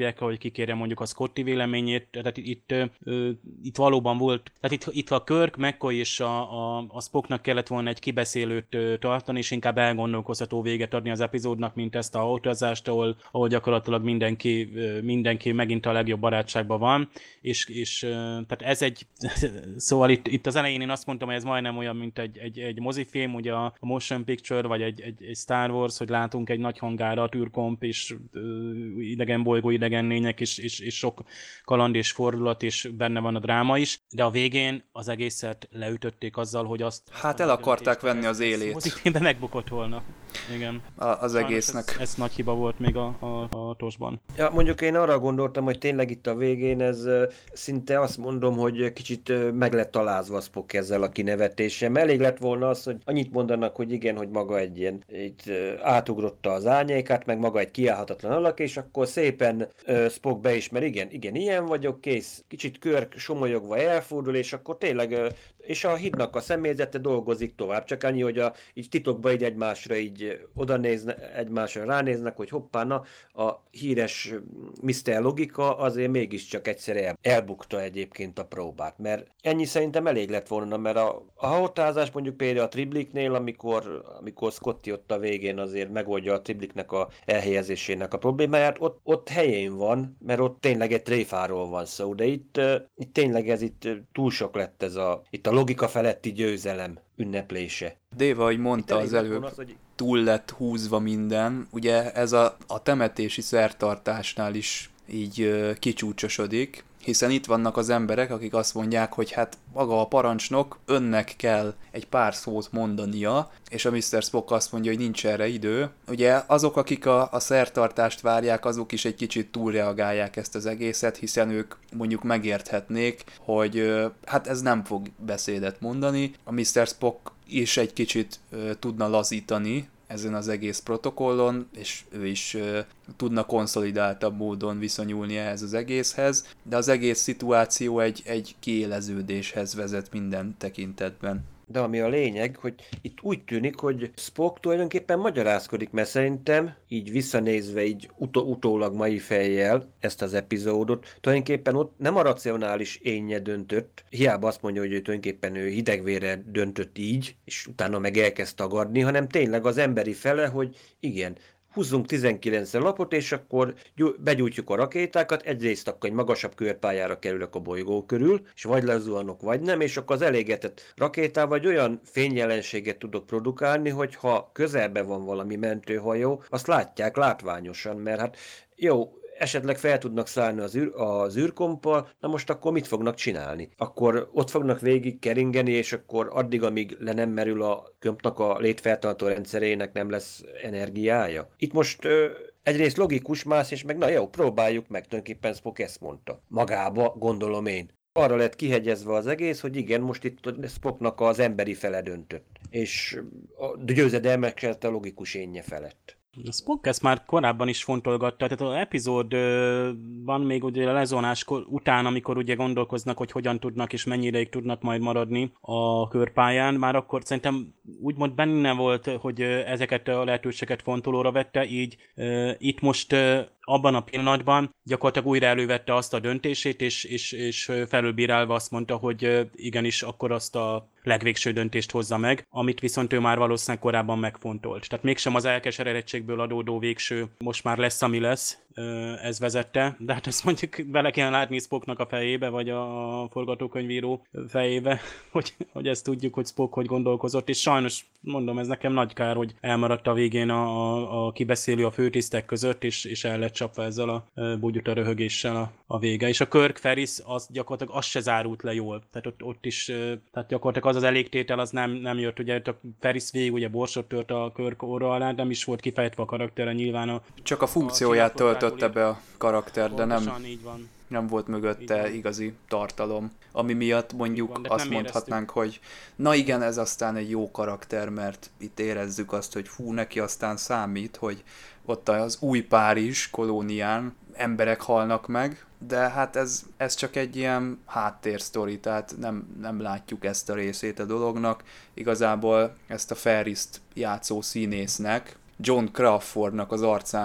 továbbiakkal, hogy kikérje mondjuk a Scotty véleményét, tehát itt, ö, itt valóban volt, tehát itt, itt a Kirk, McCoy és a, a, a Spocknak kellett volna egy kibeszélőt ö, tartani, és inkább elgondolkozható véget adni az epizódnak, mint ezt a utazást, ahol, ahol gyakorlatilag mindenki, ö, mindenki megint a legjobb barátságban van, és, és ö, tehát ez egy, szóval itt, itt az elején én azt mondtam, hogy ez majdnem olyan, mint egy, egy, egy mozifilm, ugye a motion picture, vagy egy, egy, egy Star Wars, hogy látunk egy nagy hangárat, űrkomp, és ö, idegen bolygó, idegen lények, és, és, és sok kaland és fordulat, és benne van a dráma is, de a végén az egészet leütötték azzal, hogy azt... Hát el akarták venni az élét. Mozifilmben megbukott volna. Igen. A, az egésznek. Ez, ez nagy hiba volt még a, a, a tosban. Ja, mondjuk én arra gondoltam, hogy tényleg itt a végén ez szinte azt mondom, hogy kicsit meg lett találzva Spock ezzel a kinevetéssel. Elég lett volna az, hogy annyit mondanak, hogy igen, hogy maga egy ilyen, itt átugrotta az árnyékát, meg maga egy kiállhatatlan alak, és akkor szépen Spock beismer, igen, igen, ilyen vagyok, kész. Kicsit Kirk somolyogva elfordul, és akkor tényleg, és a hídnak a személyzete dolgozik tovább, csak annyi, hogy a, így titokban így egymásra így oda nézne, egymásra ránéznek, hogy hoppána, a híres miszter Logika azért mégiscsak egyszer el, elbukta egyébként a próbát, mert ennyi szerintem elég lett volna, mert a, a haotázás mondjuk például a Tribliknél, amikor, amikor Scotty ott a végén azért megoldja a Tribliknek a elhelyezésének a problémáját, ott, ott helyén van, mert ott tényleg egy tréfáról van szó, de itt, itt tényleg ez itt túl sok lett ez a, itt a logika feletti győzelem ünneplése. Déva, ahogy mondta az előbb, az, hogy... túl lett húzva minden. Ugye ez a, a temetési szertartásnál is így uh, kicsúcsosodik, hiszen itt vannak az emberek, akik azt mondják, hogy hát maga a parancsnok, önnek kell egy pár szót mondania, és a miszter Spock azt mondja, hogy nincs erre idő. Ugye azok, akik a, a szertartást várják, azok is egy kicsit túlreagálják ezt az egészet, hiszen ők mondjuk megérthetnék, hogy hát ez nem fog beszédet mondani. A miszter Spock is egy kicsit uh, tudna lazítani ezen az egész protokollon, és ő is uh, tudna konszolidáltabb módon viszonyulni ehhez az egészhez, de az egész szituáció egy, egy kiéleződéshez vezet minden tekintetben. De ami a lényeg, hogy itt úgy tűnik, hogy Spock tulajdonképpen magyarázkodik, mert szerintem így visszanézve így utó- utólag mai fejjel ezt az epizódot, tulajdonképpen ott nem a racionális énje döntött, hiába azt mondja, hogy ő tulajdonképpen ő hidegvére döntött így, és utána meg elkezd tagadni, hanem tényleg az emberi fele, hogy igen, húzzunk tizenkilenc lapot, és akkor begyújtjuk a rakétákat, egyrészt akkor egy magasabb körpályára kerülök a bolygó körül, és vagy lezuhanok, vagy nem, és akkor az elégetett rakétával egy olyan fényjelenséget tudok produkálni, hogy ha közelben van valami mentőhajó, azt látják látványosan, mert hát jó, esetleg fel tudnak szállni az, űr, az űrkomppal, na most akkor mit fognak csinálni? Akkor ott fognak végig keringeni, és akkor addig, amíg le nem merül a kömpnak a létfeltartó rendszerének nem lesz energiája. Itt most ö, egyrészt logikus más, és meg na jó, próbáljuk meg, tulajdonképpen Spock ezt mondta. Magába, gondolom én. Arra lett kihegyezve az egész, hogy igen, most itt Spocknak az emberi fele döntött. És a győzedelmeskedett a logikus énje felett. Spock ezt már korábban is fontolgatta, tehát az epizódban még ugye a lezonás után, amikor ugye gondolkoznak, hogy hogyan tudnak és mennyi ideig tudnak majd maradni a körpályán, már akkor szerintem úgymond benne volt, hogy ezeket a lehetőséget fontolóra vette, így itt most abban a pillanatban gyakorlatilag újra elővette azt a döntését, és, és, és felülbírálva azt mondta, hogy igenis akkor azt a legvégső döntést hozza meg, amit viszont ő már valószínűleg korábban megfontolt. Tehát mégsem az elkeseredettségből adódó végső most már lesz, ami lesz, ez vezette, de hát ezt mondjuk bele kell látni Spocknak a fejébe, vagy a forgatókönyvíró fejébe, hogy, hogy ezt tudjuk, hogy Spock hogy gondolkozott, és sajnos mondom, ez nekem nagy kár, hogy elmaradt a végén a, a, a kibeszélő a főtisztek között, és, és el lett csapva ezzel a bugyuta röhögéssel a, a vége. És a Kirk Ferris, az gyakorlatilag az se zárult le jól. Tehát ott, ott is, tehát gyakorlatilag az az elégtétel, az nem, nem jött, ugye a Ferris végig ugye borsot tört a Kirk orra alá, nem is volt kifejtve a karaktere nyilván. A, Csak a funkcióját töltötte be a karakter, de nem, van. nem volt mögötte igazi tartalom, ami miatt mondjuk van, azt mondhatnánk, hogy na igen, ez aztán egy jó karakter, mert itt érezzük azt, hogy fú, neki aztán számít, hogy ott az új Párizs kolónián emberek halnak meg, de hát ez, ez csak egy ilyen háttérsztori, tehát nem, nem látjuk ezt a részét a dolognak. Igazából ezt a Ferrist játszó színésznek, John Crawfordnak az arcán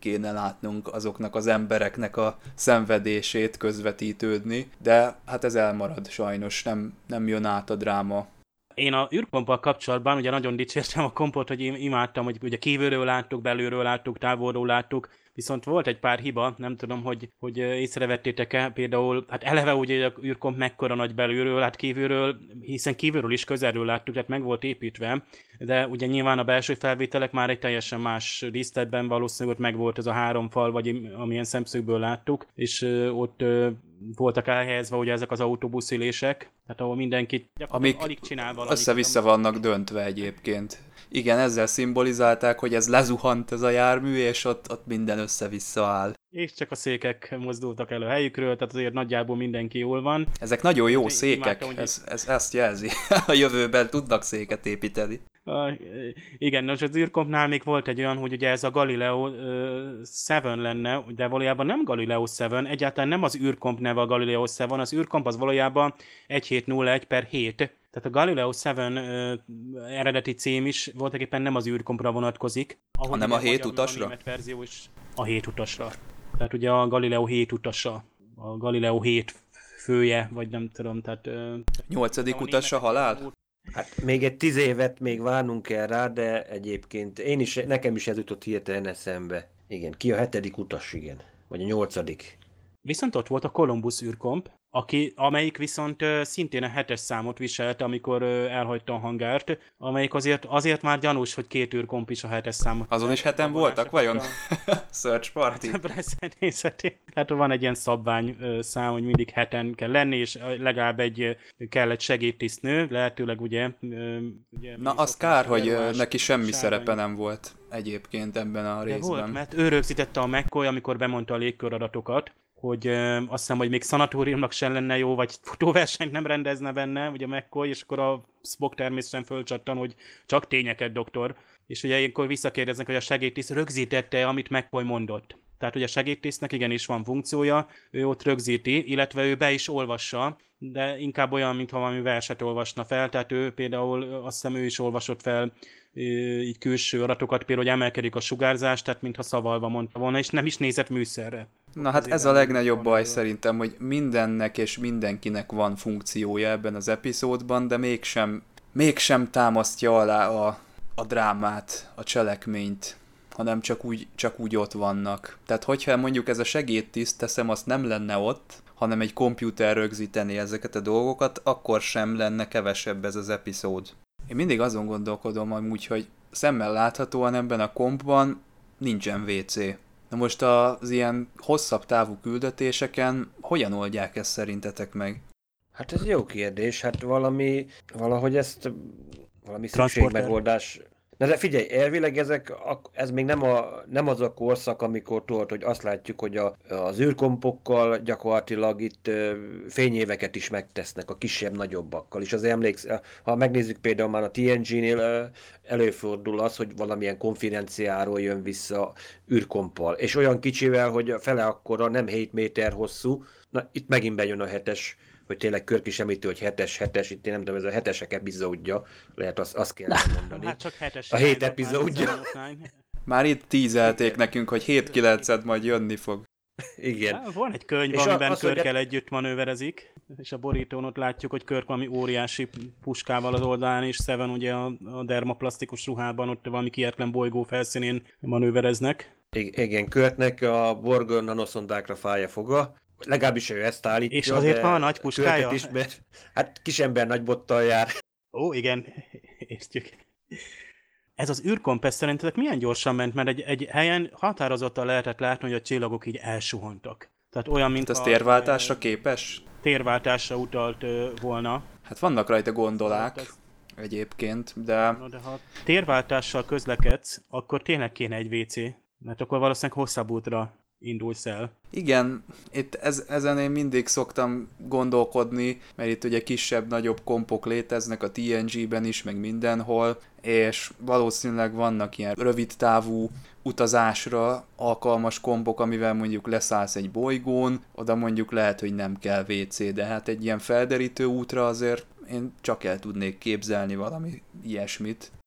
kéne látnunk azoknak az embereknek a szenvedését közvetítődni, de hát ez elmarad sajnos, nem, nem jön át a dráma. Én a űrkomppal kapcsolatban ugye nagyon dicsértem a kompot, hogy én imádtam, hogy ugye kívülről láttuk, belülről láttuk, távolról láttuk, viszont volt egy pár hiba, nem tudom, hogy, hogy észrevettétek-e, például, hát eleve ugye a űrkomp mekkora nagy belülről, hát kívülről, hiszen kívülről is közelről láttuk, tehát meg volt építve, de ugye nyilván a belső felvételek már egy teljesen más díszletben, valószínűleg ott meg volt ez a három fal, vagy amilyen szemszögből láttuk, és ott voltak elhelyezve ugye ezek az autóbuszülések, tehát ahol mindenki amik alig csinál valamit. Össze-vissza vannak döntve egyébként. Igen, ezzel szimbolizálták, hogy ez lezuhant ez a jármű, és ott, ott minden össze-vissza áll. És csak a székek mozdultak el a helyükről, tehát azért nagyjából mindenki jól van. Ezek nagyon jó Én székek, imádtam, ez, ez ezt jelzi. A jövőben tudnak széket építeni. Uh, igen, nos, az űrkompnál még volt egy olyan, hogy ugye ez a Galileo hetet lenne, de valójában nem Galileo hetet, egyáltalán nem az űrkomp neve a Galileo hetet, az űrkomp az valójában ezerhétszázegy per hét. Tehát a Galileo hét uh, eredeti cím is voltak éppen nem az űrkompra vonatkozik. Hanem a hét utasra? A verzió is a hét utasra. Tehát ugye a Galileo hét utasa, a Galileo hét fője, vagy nem tudom, tehát... Uh, Nyolcadik utasa halál? Hát még egy tíz évet még várnunk kell rá, de egyébként én is, nekem is ez jutott hirtelen eszembe. Igen, ki a hetedik utas, igen. Vagy a nyolcadik. Viszont ott volt a Columbus űrkomp, aki, amelyik viszont uh, szintén a hetes számot viselte, amikor uh, elhagyta a hangárt, amelyik azért, azért már gyanús, hogy két űrkomp is a hetes számot. Azon is heten voltak, vajon? Search Party? Hát van egy ilyen szabvány uh, szám, hogy mindig heten kell lenni, és legalább egy uh, kell egy segédtisztnő, lehetőleg ugye... Uh, ugye Na az kár, hogy uh, neki semmi szerepe nem volt egyébként ebben a de részben. Volt, mert ő rögzítette a McCoy, amikor bemondta a légköradatokat, hogy ö, azt hiszem, hogy még szanatóriumnak sem lenne jó, vagy futóversenyt nem rendezne benne, ugye McCoy, és akkor a Spock természetesen fölcsattan, hogy csak tényeket, doktor. És ugye ilyenkor visszakérdeznek, hogy a segédtiszt rögzítette, amit McCoy mondott. Tehát, hogy a segédtisztnek igenis van funkciója, ő ott rögzíti, illetve ő be is olvassa, de inkább olyan, mintha valami verset olvasna fel, tehát ő például azt hiszem, ő is olvasott fel így külső adatokat, például, hogy emelkedik a sugárzás, tehát mintha szavalva mondta volna, és nem is nézett műszerre. Na hát ez a legnagyobb baj szerintem, hogy mindennek és mindenkinek van funkciója ebben az epizódban, de mégsem, mégsem támasztja alá a, a drámát, a cselekményt, hanem csak úgy, csak úgy ott vannak. Tehát hogyha mondjuk ez a segédtiszt, teszem, azt nem lenne ott, hanem egy komputer rögzíteni ezeket a dolgokat, akkor sem lenne kevesebb ez az epizód. Én mindig azon gondolkodom amúgy, hogy szemmel láthatóan ebben a kompban nincsen vé cé. Na most az ilyen hosszabb távú küldetéseken hogyan oldják ezt szerintetek meg? Hát ez jó kérdés, hát valami, valahogy ezt, valami szükségmegoldás... Na de figyelj, elvileg ezek, ez még nem, a, nem az a korszak, amikor tudod, hogy azt látjuk, hogy a, az űrkompokkal gyakorlatilag itt fényéveket is megtesznek a kisebb-nagyobbakkal. És az emléksz, ha megnézzük például már a té en gé-nél előfordul az, hogy valamilyen konferenciáról jön vissza űrkomppal. És olyan kicsivel, hogy fele akkora, nem hét méter hosszú, na itt megint bejön a hetes, hogy tényleg Körk is említi, hogy hetes, hetes, itt én nem tudom, ez a hetesek epizódja, lehet azt, azt kell mondani. Hát csak hetes. A hét epizódja. Már itt tízelték nekünk, hogy hét kilenced majd jönni fog. Igen. Hát, van egy könyv, és amiben Körkkel hogy... együtt manőverezik, és a borítón ott látjuk, hogy Körk valami óriási puskával az oldalán, és Seven ugye a, a dermaplasztikus ruhában ott valami kietlen bolygó felszínén manővereznek. Igen, Körknek a Borg nanoszondákra fáj a foga, legalábbis ő ezt állítja. És azért van a nagy puskája? Is, mert hát kisember nagy bottal jár. Ó, igen, értjük. Ez az űrkomp szerintetek milyen gyorsan ment, mert egy, egy helyen határozottan lehetett látni, hogy a csillagok így elsuhantak. Tehát olyan, mint hát ez térváltásra képes? Térváltásra utalt uh, volna. Hát vannak rajta gondolák ez... egyébként, de... No, de ha térváltással közlekedsz, akkor tényleg kéne egy vé cé, mert akkor valószínűleg hosszabb útra indulsz el. Igen, itt ez, ezen én mindig szoktam gondolkodni, mert itt ugye kisebb-nagyobb kompok léteznek a té en gé-ben is, meg mindenhol, és valószínűleg vannak ilyen rövid távú utazásra alkalmas kompok, amivel mondjuk leszállsz egy bolygón, oda mondjuk lehet, hogy nem kell vé cé, de hát egy ilyen felderítő útra azért én csak el tudnék képzelni valami ilyesmit.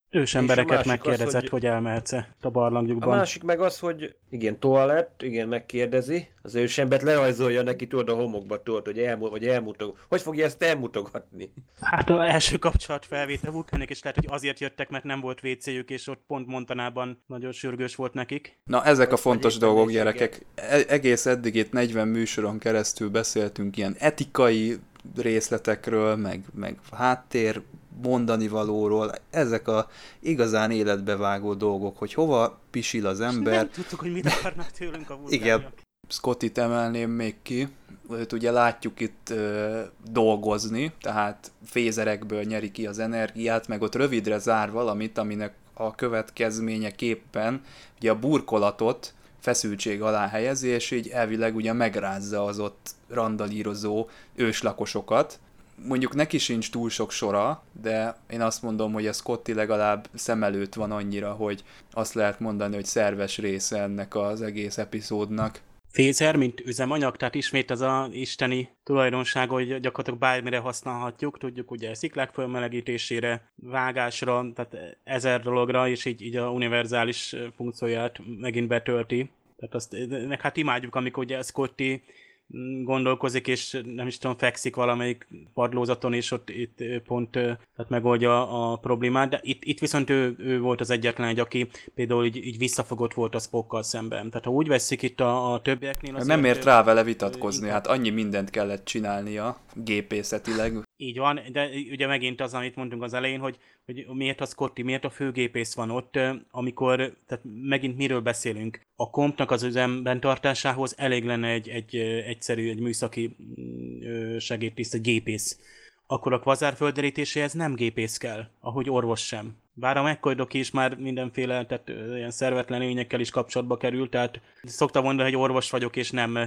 Ősembereket megkérdezett, az, hogy... hogy elmehetsz-e a barlangjukban. A másik meg az, hogy igen, toalett, igen, megkérdezi, az ősembert lerajzolja neki, tudod, a homokba, tudod, hogy, elmu- hogy elmutog. Hogy fogja ezt elmutogatni? Hát az első kapcsolat felvétel vulkánik, és lehet, hogy azért jöttek, mert nem volt vécéjük, és ott pont Montanában nagyon sürgős volt nekik. Na, ezek a fontos dolgok, gyerekek. E- egész eddig itt negyven műsoron keresztül beszéltünk ilyen etikai részletekről, meg, meg háttér mondani valóról, ezek a igazán életbevágó dolgok, hogy hova pisil az ember. Nem tudtuk, hogy mit akarnak tőlünk a vulkániak. Igen, Scottit emelném még ki. Őt ugye látjuk itt ö, dolgozni, tehát fézerekből nyeri ki az energiát, meg ott rövidre zár valamit, aminek a következményeképpen ugye a burkolatot feszültség alá helyezi, és így elvileg ugye megrázza az ott randalírozó őslakosokat. Mondjuk neki sincs túl sok sora, de én azt mondom, hogy a Scotty legalább szem előtt van annyira, hogy azt lehet mondani, hogy szerves része ennek az egész epizódnak. Fézer, mint üzemanyag, tehát ismét az a isteni tulajdonság, hogy gyakorlatilag bármire használhatjuk, tudjuk ugye sziklák fölmelegítésére, vágásra, tehát ezer dologra, és így, így a univerzális funkcióját megint betölti. Tehát azt, hát imádjuk, amikor ugye Scotty gondolkozik, és nem is tudom, fekszik valamelyik padlózaton, és ott itt pont tehát megoldja a problémát, de itt, itt viszont ő, ő volt az egyetlen egy, aki például így, így visszafogott volt a Spockkal szemben. Tehát ha úgy veszik itt a, a többieknél... Azért, nem ért rá vele vitatkozni, ő, hát annyi mindent kellett csinálnia gépészetileg. Így van, de ugye megint az, amit mondtunk az elején, hogy, hogy miért a Scotty, miért a főgépész van ott, amikor, tehát megint miről beszélünk. A kompnak az üzemben tartásához elég lenne egy, egy egyszerű, egy műszaki segédtiszt, egy gépész. Akkor a kvazár földerítéséhez nem gépész kell, ahogy orvos sem. Bár a McCoy-doki is már mindenféle, tehát ilyen szervetlen lényekkel is kapcsolatba került, tehát szokta mondani, hogy orvos vagyok, és nem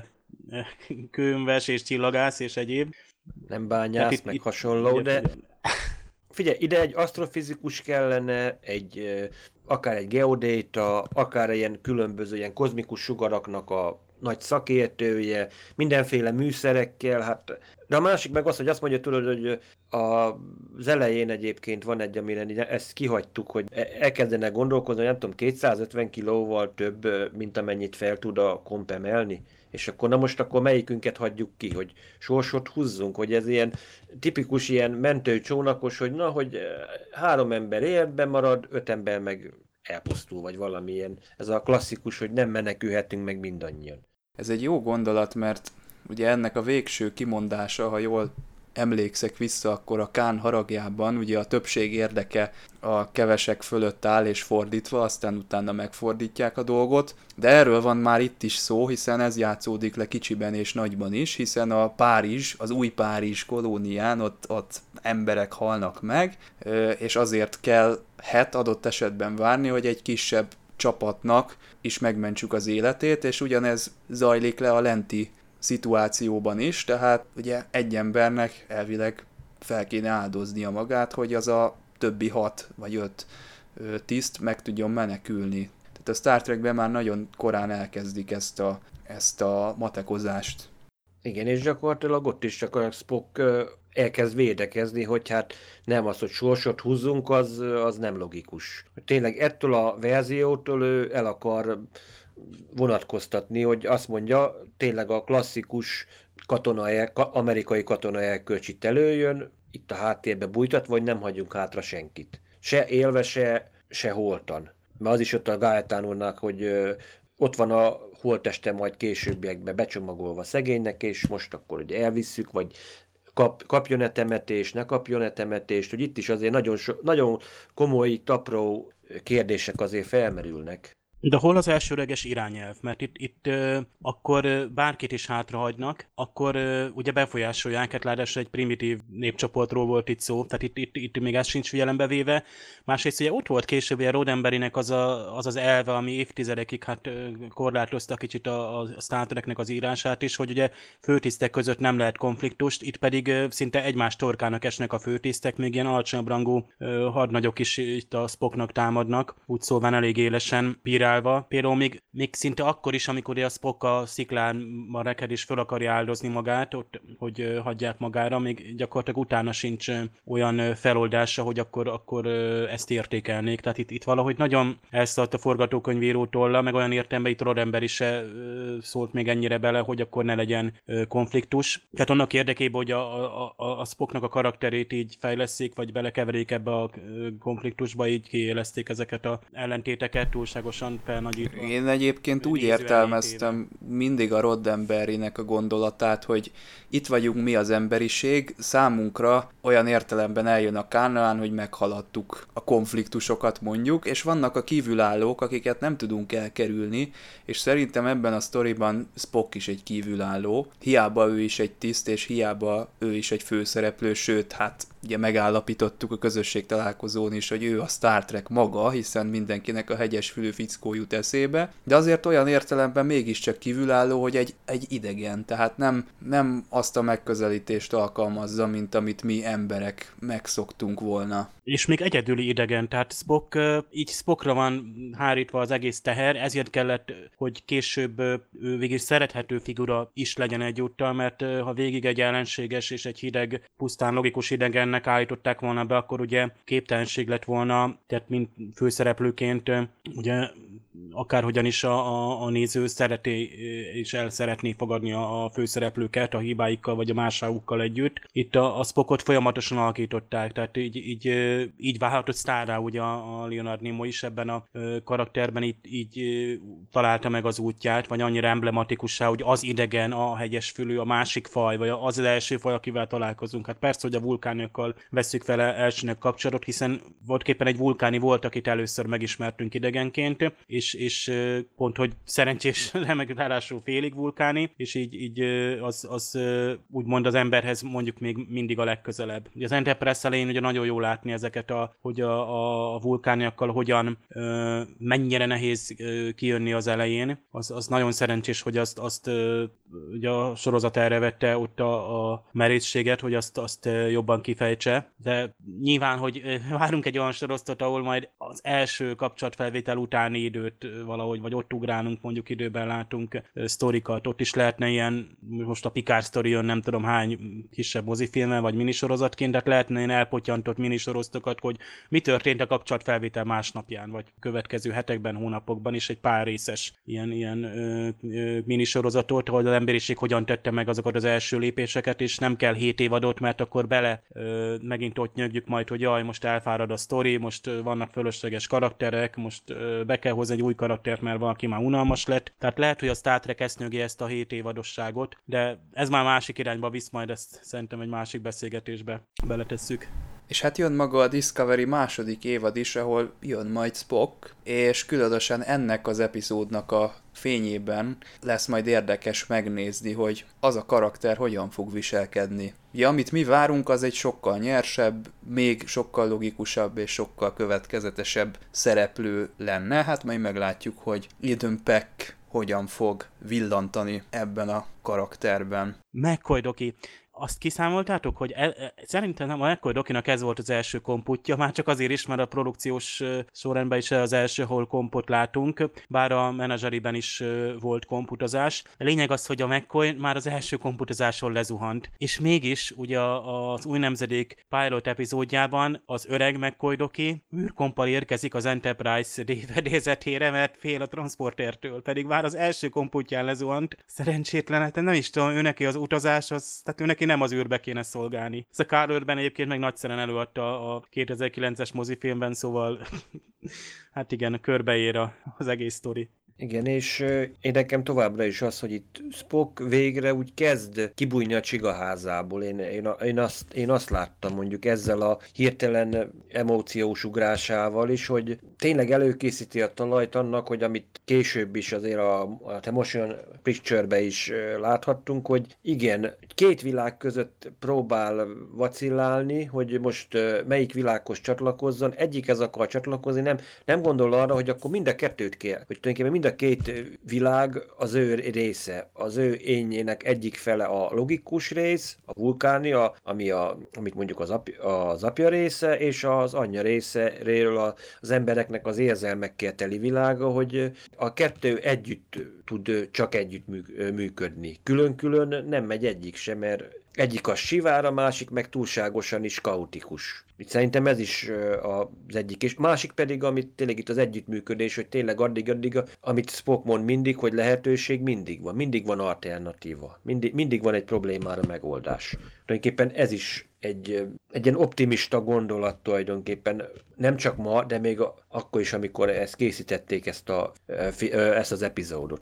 kőmves és csillagász és egyéb. Nem bányász, itt, meg itt, hasonló, itt, de figyelj, ide egy asztrofizikus kellene, egy, akár egy geodéta, akár ilyen különböző ilyen kozmikus sugaraknak a nagy szakértője, mindenféle műszerekkel, hát de a másik meg az, hogy azt mondja, tudod, hogy az elején egyébként van egy, amire ezt kihagytuk, hogy elkezdene gondolkozni, nem tudom, kétszázötven kilóval több, mint amennyit fel tud a komp emelni. És akkor na most akkor melyikünket hagyjuk ki, hogy sorsot húzzunk, hogy ez ilyen tipikus ilyen mentőcsónakos, hogy na, hogy három ember életben marad, öt ember meg elpusztul, vagy valamilyen. Ez a klasszikus, hogy nem menekülhetünk meg mindannyian. Ez egy jó gondolat, mert ugye ennek a végső kimondása, ha jól emlékszek vissza, akkor a Kán haragjában ugye a többség érdeke a kevesek fölött áll és fordítva, aztán utána megfordítják a dolgot, de erről van már itt is szó, hiszen ez játszódik le kicsiben és nagyban is, hiszen a Párizs, az új Párizs kolónián ott, ott emberek halnak meg, és azért kell het adott esetben várni, hogy egy kisebb csapatnak is megmentsük az életét, és ugyanez zajlik le a lenti szituációban is, tehát ugye egy embernek elvileg fel kéne áldoznia magát, hogy az a többi hat vagy öt tiszt meg tudjon menekülni. Tehát a Star Trekben már nagyon korán elkezdik ezt a, ezt a matekozást. Igen, és gyakorlatilag ott is csak a Spock elkezd védekezni, hogy hát nem az, hogy sorsot húzzunk, az, az nem logikus. Tényleg ettől a verziótól ő el akar vonatkoztatni, hogy azt mondja, tényleg a klasszikus katona, amerikai katona erkölcs itt előjön, itt a háttérbe bújtatva, vagy nem hagyunk hátra senkit. Se élve, se, se holtan. Mert az is ott a Gaetánónak, hogy ö, ott van a holtteste majd későbbiekben becsomagolva szegénynek, és most akkor ugye elvisszük, vagy kap, kapjon-e temetést, ne kapjon-e temetést, hogy itt is azért nagyon, so, nagyon komoly, tapró kérdések azért felmerülnek. De hol az elsőleges irányelv? Mert itt, itt uh, akkor uh, bárkit is hátrahagynak, akkor uh, ugye befolyásolják, hát ráadásul egy primitív népcsoportról volt itt szó, tehát itt, itt, itt még ez sincs figyelembe véve. Másrészt ugye ott volt később a Roddenberrynek az, a, az az elve, ami évtizedekig hát uh, korlátozta kicsit a, a Star Treknek az írását is, hogy ugye főtisztek között nem lehet konfliktust, itt pedig uh, szinte egymás torkának esnek a főtisztek, még ilyen alacsonyabb rangú uh, hadnagyok is itt a Spocknak támadnak, úgy szóval elég élesen bírálják inspirálva. Például még, még szinte akkor is, amikor a Spock a sziklán reked és föl akarja áldozni magát, ott, hogy hagyják magára, még gyakorlatilag utána sincs olyan feloldása, hogy akkor, akkor ezt értékelnék. Tehát itt, itt valahogy nagyon elszaladt a forgatókönyvíró tolla, meg olyan értelemben itt Roddenberry se szólt még ennyire bele, hogy akkor ne legyen konfliktus. Tehát annak érdekében, hogy a, a, a, a Spocknak a karakterét így fejleszték, vagy belekeverék ebbe a konfliktusba, így kiélezték ezeket a ellentéteket túlságosan felnagyítva. Én egyébként úgy értelmeztem mindig a Roddenberrynek a gondolatát, hogy itt vagyunk mi az emberiség, számunkra olyan értelemben eljön a Kánaán, hogy meghaladtuk a konfliktusokat mondjuk, és vannak a kívülállók, akiket nem tudunk elkerülni, és szerintem ebben a sztoriban Spock is egy kívülálló, hiába ő is egy tiszt, és hiába ő is egy főszereplő, sőt, hát ugye megállapítottuk a közösség találkozón is, hogy ő a Star Trek maga, hiszen mindenkinek a hegyesfülű fickó jut eszébe, de azért olyan értelemben mégiscsak kívülálló, hogy egy, egy idegen, tehát nem, nem azt a megközelítést alkalmazza, mint amit mi emberek megszoktunk volna. És még egyedüli idegen, tehát Spock, így Spockra van hárítva az egész teher, ezért kellett, hogy később ő végig szerethető figura is legyen egyúttal, mert ha végig egy ellenséges és egy hideg, pusztán logikus idegennek állították volna be, akkor ugye képtelenség lett volna, tehát mint főszereplőként ugye akárhogyan is a, a, a néző szereti és el szeretné fogadni a, a főszereplőket a hibáikkal vagy a másságukkal együtt. Itt a, a Spockot folyamatosan alakították, tehát így, így, így válhatott sztárrá ugye a Leonard Nimoy is ebben a karakterben, így, így találta meg az útját, vagy annyira emblematikussá, hogy az idegen, a hegyesfülű, a másik faj, vagy az az első faj, akivel találkozunk. Hát persze, hogy a vulkánokkal vesszük vele elsőnek kapcsolatot, hiszen voltképpen egy vulkáni volt, akit először megismertünk idegenként, és, és pont, hogy szerencsés, remek ráadásul félig vulkáni, és így, így az, az úgymond az emberhez mondjuk még mindig a legközelebb. Ugye az Enterprise elején ugye nagyon jó látni ezeket, a, hogy a, a, a vulkániakkal hogyan, mennyire nehéz kijönni az elején. Az, az nagyon szerencsés, hogy azt, azt ugye a sorozat erre vette ott a, a merészséget, hogy azt, azt jobban kifejtse. De nyilván, hogy várunk egy olyan sorozatot, ahol majd az első kapcsolatfelvétel utáni időt valahogy, vagy ott ugrálunk, mondjuk időben látunk sztorikat. Ott is lehetne ilyen, most a Picard sztori jön nem tudom hány kisebb mozifilmmel, vagy minisorozatként, de lehetne ilyen elpotyantott minisorozatokat, hogy mi történt a kapcsolatfelvétel másnapján, vagy következő hetekben, hónapokban is egy pár részes ilyen, ilyen ö, ö, minisorozatot, hogy az emberiség hogyan tette meg azokat az első lépéseket, és nem kell hét évadot, mert akkor bele ö, megint ott nyögjük majd, hogy jaj, most elfárad a sztori, most ö, vannak fölösleges karakterek, most ö, be kell hozni egy új karaktert, mert valaki már unalmas lett. Tehát lehet, hogy a Star Trek ezt nyögi ezt a hét évadosságot, de ez már másik irányba visz, majd ezt szerintem egy másik beszélgetésbe beletesszük. És hát jön maga a Discovery második évad is, ahol jön majd Spock, és különösen ennek az epizódnak a fényében lesz majd érdekes megnézni, hogy az a karakter hogyan fog viselkedni. Ugye, amit mi várunk, az egy sokkal nyersebb, még sokkal logikusabb és sokkal következetesebb szereplő lenne. Hát majd meglátjuk, hogy Eden Peck hogyan fog villantani ebben a karakterben. McCoy Doki. Azt kiszámoltátok, hogy el, szerintem a McCoy Dokinak ez volt az első komputja, már csak azért is, mert a produkciós sorrendben is az első, ahol kompot látunk, bár a menedzseriben is volt komputazás. A lényeg az, hogy a McCoy már az első komputozáson lezuhant, és mégis ugye az új nemzedék pilot epizódjában az öreg McCoy Doki űrkompal érkezik az Enterprise fedélzetére, mert fél a transportertől, pedig már az első komputján lezuhant. Szerencsétlen, hát nem is tudom, ő neki az utazás, az, tehát ő neki nem az űrbe kéne szolgálni. Ez a Carl Urban egyébként meg nagyszerűen előadta a kétezer-kilences mozifilmben, szóval hát igen, körbeér az egész sztori. Igen, és én nekem továbbra is az, hogy itt Spock végre úgy kezd kibújni a csigaházából. Én, én, én, azt, én azt láttam mondjuk ezzel a hirtelen emóciós ugrásával is, hogy tényleg előkészíti a talajt annak, hogy amit később is azért a, a The Motion Picture-be is láthattunk, hogy igen, két világ között próbál vacillálni, hogy most melyik világhoz csatlakozzon, egyikhez akar csatlakozni, nem, nem gondol arra, hogy akkor mind a kettőt kell, hogy tulajdonképpen mind a két világ az ő része. Az ő énjének egyik fele a logikus rész, a vulkáni, a, ami a, amit mondjuk az, apja, az apja része, és az anyja részéről az embereknek Treknek az érzelmekkel teli világa, hogy a kettő együtt tud csak együtt működni. Külön-külön nem megy egyik sem, mert egyik az sivár, a másik meg túlságosan is kaotikus. Itt szerintem ez is az egyik, és másik pedig, amit tényleg itt az együttműködés, hogy tényleg addig-addig, amit Spock mond mindig, hogy lehetőség mindig van, mindig van alternatíva, mindig, mindig van egy problémára megoldás. Tulajdonképpen ez is egy, egy ilyen optimista gondolat tulajdonképpen, nem csak ma, de még a, akkor is, amikor ezt készítették, ezt, a, ezt az epizódot.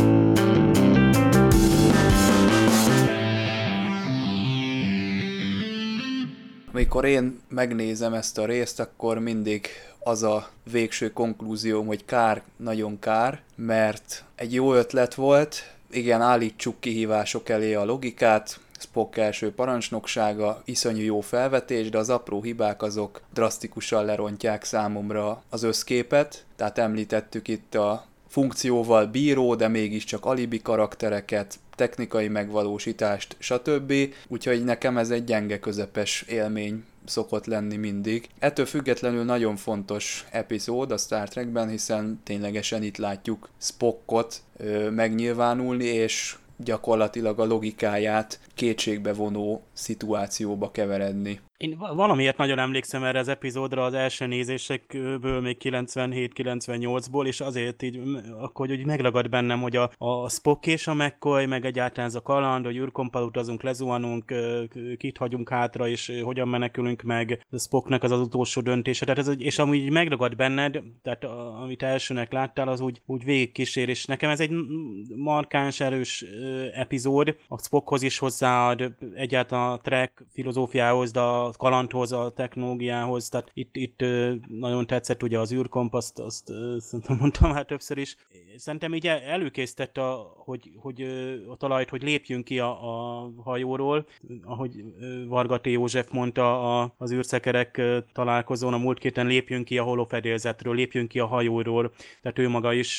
Amikor én megnézem ezt a részt, akkor mindig az a végső konklúzióm, hogy kár, nagyon kár, mert egy jó ötlet volt, igen, állítsuk kihívások elé a logikát, Spock első parancsnoksága, iszonyú jó felvetés, de az apró hibák azok drasztikusan lerontják számomra az összképet, tehát említettük itt a funkcióval bíró, de mégiscsak alibi karaktereket, technikai megvalósítást, stb. Úgyhogy nekem ez egy gyenge közepes élmény szokott lenni mindig. Ettől függetlenül nagyon fontos epizód a Star Trekben, hiszen ténylegesen itt látjuk Spockot ö, megnyilvánulni, és gyakorlatilag a logikáját kétségbe vonó szituációba keveredni. Én valamiért nagyon emlékszem erre az epizódra az első nézésekből, még kilencvenhét kilencvennyolcból, és azért így akkor hogy megragad bennem, hogy a, a Spock és a McCoy, meg egyáltalán ez a kaland, hogy űrkompal utazunk, lezuhanunk, kit hagyunk hátra, és hogyan menekülünk meg, a Spocknak az az utolsó döntése. Tehát ez, és amúgy megragad benned, tehát a, amit elsőnek láttál, az úgy, úgy végigkísér, és nekem ez egy markáns, erős epizód, a Spockhoz is hozzáad, egyáltalán a Trek filozófiához, de a kalandhoz, a technológiához, tehát itt, itt nagyon tetszett ugye az űrkomp, azt, azt szerintem mondtam már többször is. Szerintem így előkészítette, hogy, hogy a talajt, hogy lépjünk ki a, a hajóról, ahogy Varga T. József mondta a, az űrszekerek találkozón a múlt héten, lépjünk ki a holofedélzetről, lépjünk ki a hajóról, tehát ő maga is,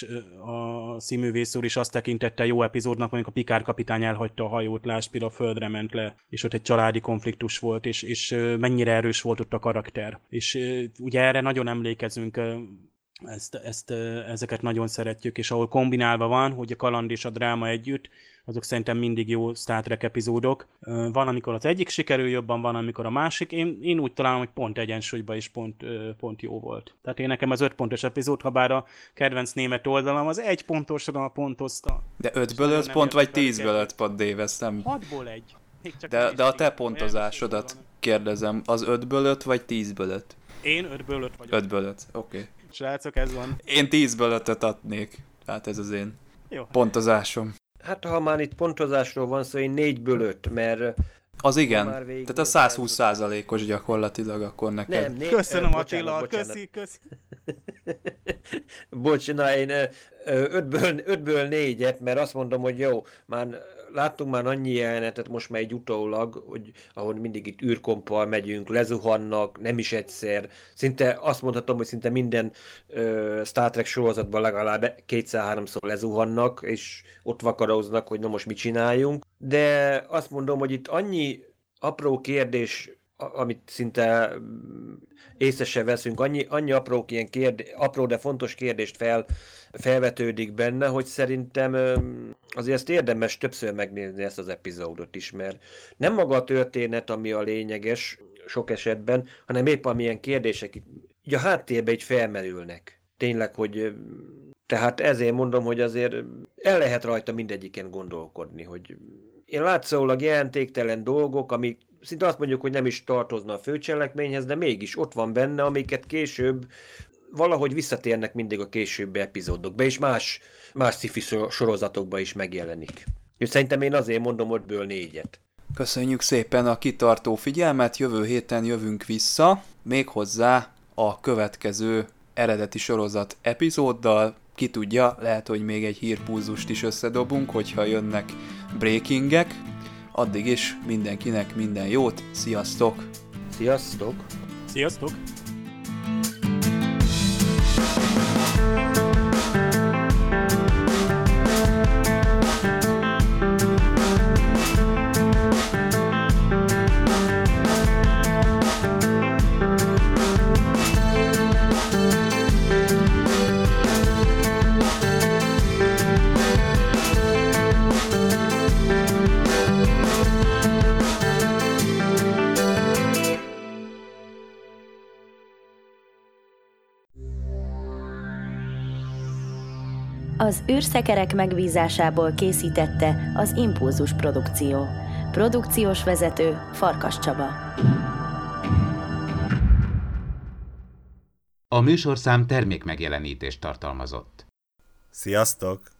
a színművész úr is azt tekintette jó epizódnak, mondjuk a Picard kapitány elhagyta a hajót, lásd, például a földre ment le, és ott egy családi konfliktus volt, és, és mennyire erős volt ott a karakter. És ugye erre nagyon emlékezünk, ezt, ezt, ezeket nagyon szeretjük, és ahol kombinálva van, hogy a kaland és a dráma együtt, azok szerintem mindig jó Star Trek epizódok. Van, amikor az egyik sikerül jobban, van, amikor a másik. Én, én úgy találom, hogy pont egyensúlyban is pont, pont jó volt. Tehát én nekem az öt pontos epizód, ha bár a kedvenc német oldalam az egy pontosra pontozta. De ötből öt pont, vagy tízből öt pont, Dave, ezt nem... hatból egy. De, de a te pontozásodat kérdezem, az ötből öt vagy tízből öt? Én ötből öt vagyok. ötből öt, oké. Okay. Srácok, ez van. Én tízből ötöt adnék. Tehát ez az én jó pontozásom. Hát ha már itt pontozásról van szó, én négyből öt, mert... Az igen, tehát a száz húsz százalékos gyakorlatilag akkor neked. Nem, né- Köszönöm ö, Attila, bocsánat, köszi, köszi. Bocs, na én ötből, ötből négyet, mert azt mondom, hogy jó, már láttunk már annyi jelenetet most már egy utólag, hogy ahol mindig itt űrkompal megyünk, lezuhannak, nem is egyszer. Szinte azt mondhatom, hogy szinte minden uh, Star Trek sorozatban legalább kétszer-háromszor lezuhannak, és ott vakaróznak, hogy na most mit csináljunk. De azt mondom, hogy itt annyi apró kérdés, amit szinte észre se veszünk, annyi, annyi apró, ilyen kérdé, apró, de fontos kérdést fel, felvetődik benne, hogy szerintem azért ezt érdemes többször megnézni ezt az epizódot is, mert nem maga a történet, ami a lényeges sok esetben, hanem épp amilyen kérdések így a háttérben így felmerülnek. Tényleg, hogy tehát ezért mondom, hogy azért el lehet rajta mindegyiken gondolkodni, hogy én látszólag jelentéktelen dolgok, amik szinte azt mondjuk, hogy nem is tartozna a főcselekményhez, de mégis ott van benne, amiket később valahogy visszatérnek mindig a későbbi epizódokba, és más, más sci-fi sorozatokba is megjelenik. És szerintem én azért mondom ötből négyet. Köszönjük szépen a kitartó figyelmet, jövő héten jövünk vissza, méghozzá a következő eredeti sorozat epizóddal. Ki tudja, lehet, hogy még egy hírpulzust is összedobunk, hogyha jönnek breakingek. Addig is mindenkinek minden jót, sziasztok! Sziasztok! Sziasztok! Az űrszekerek megbízásából készítette az Impulzus Produkció. Produkciós vezető Farkas Csaba. A műsorszám termékmegjelenítést tartalmazott. Sziasztok!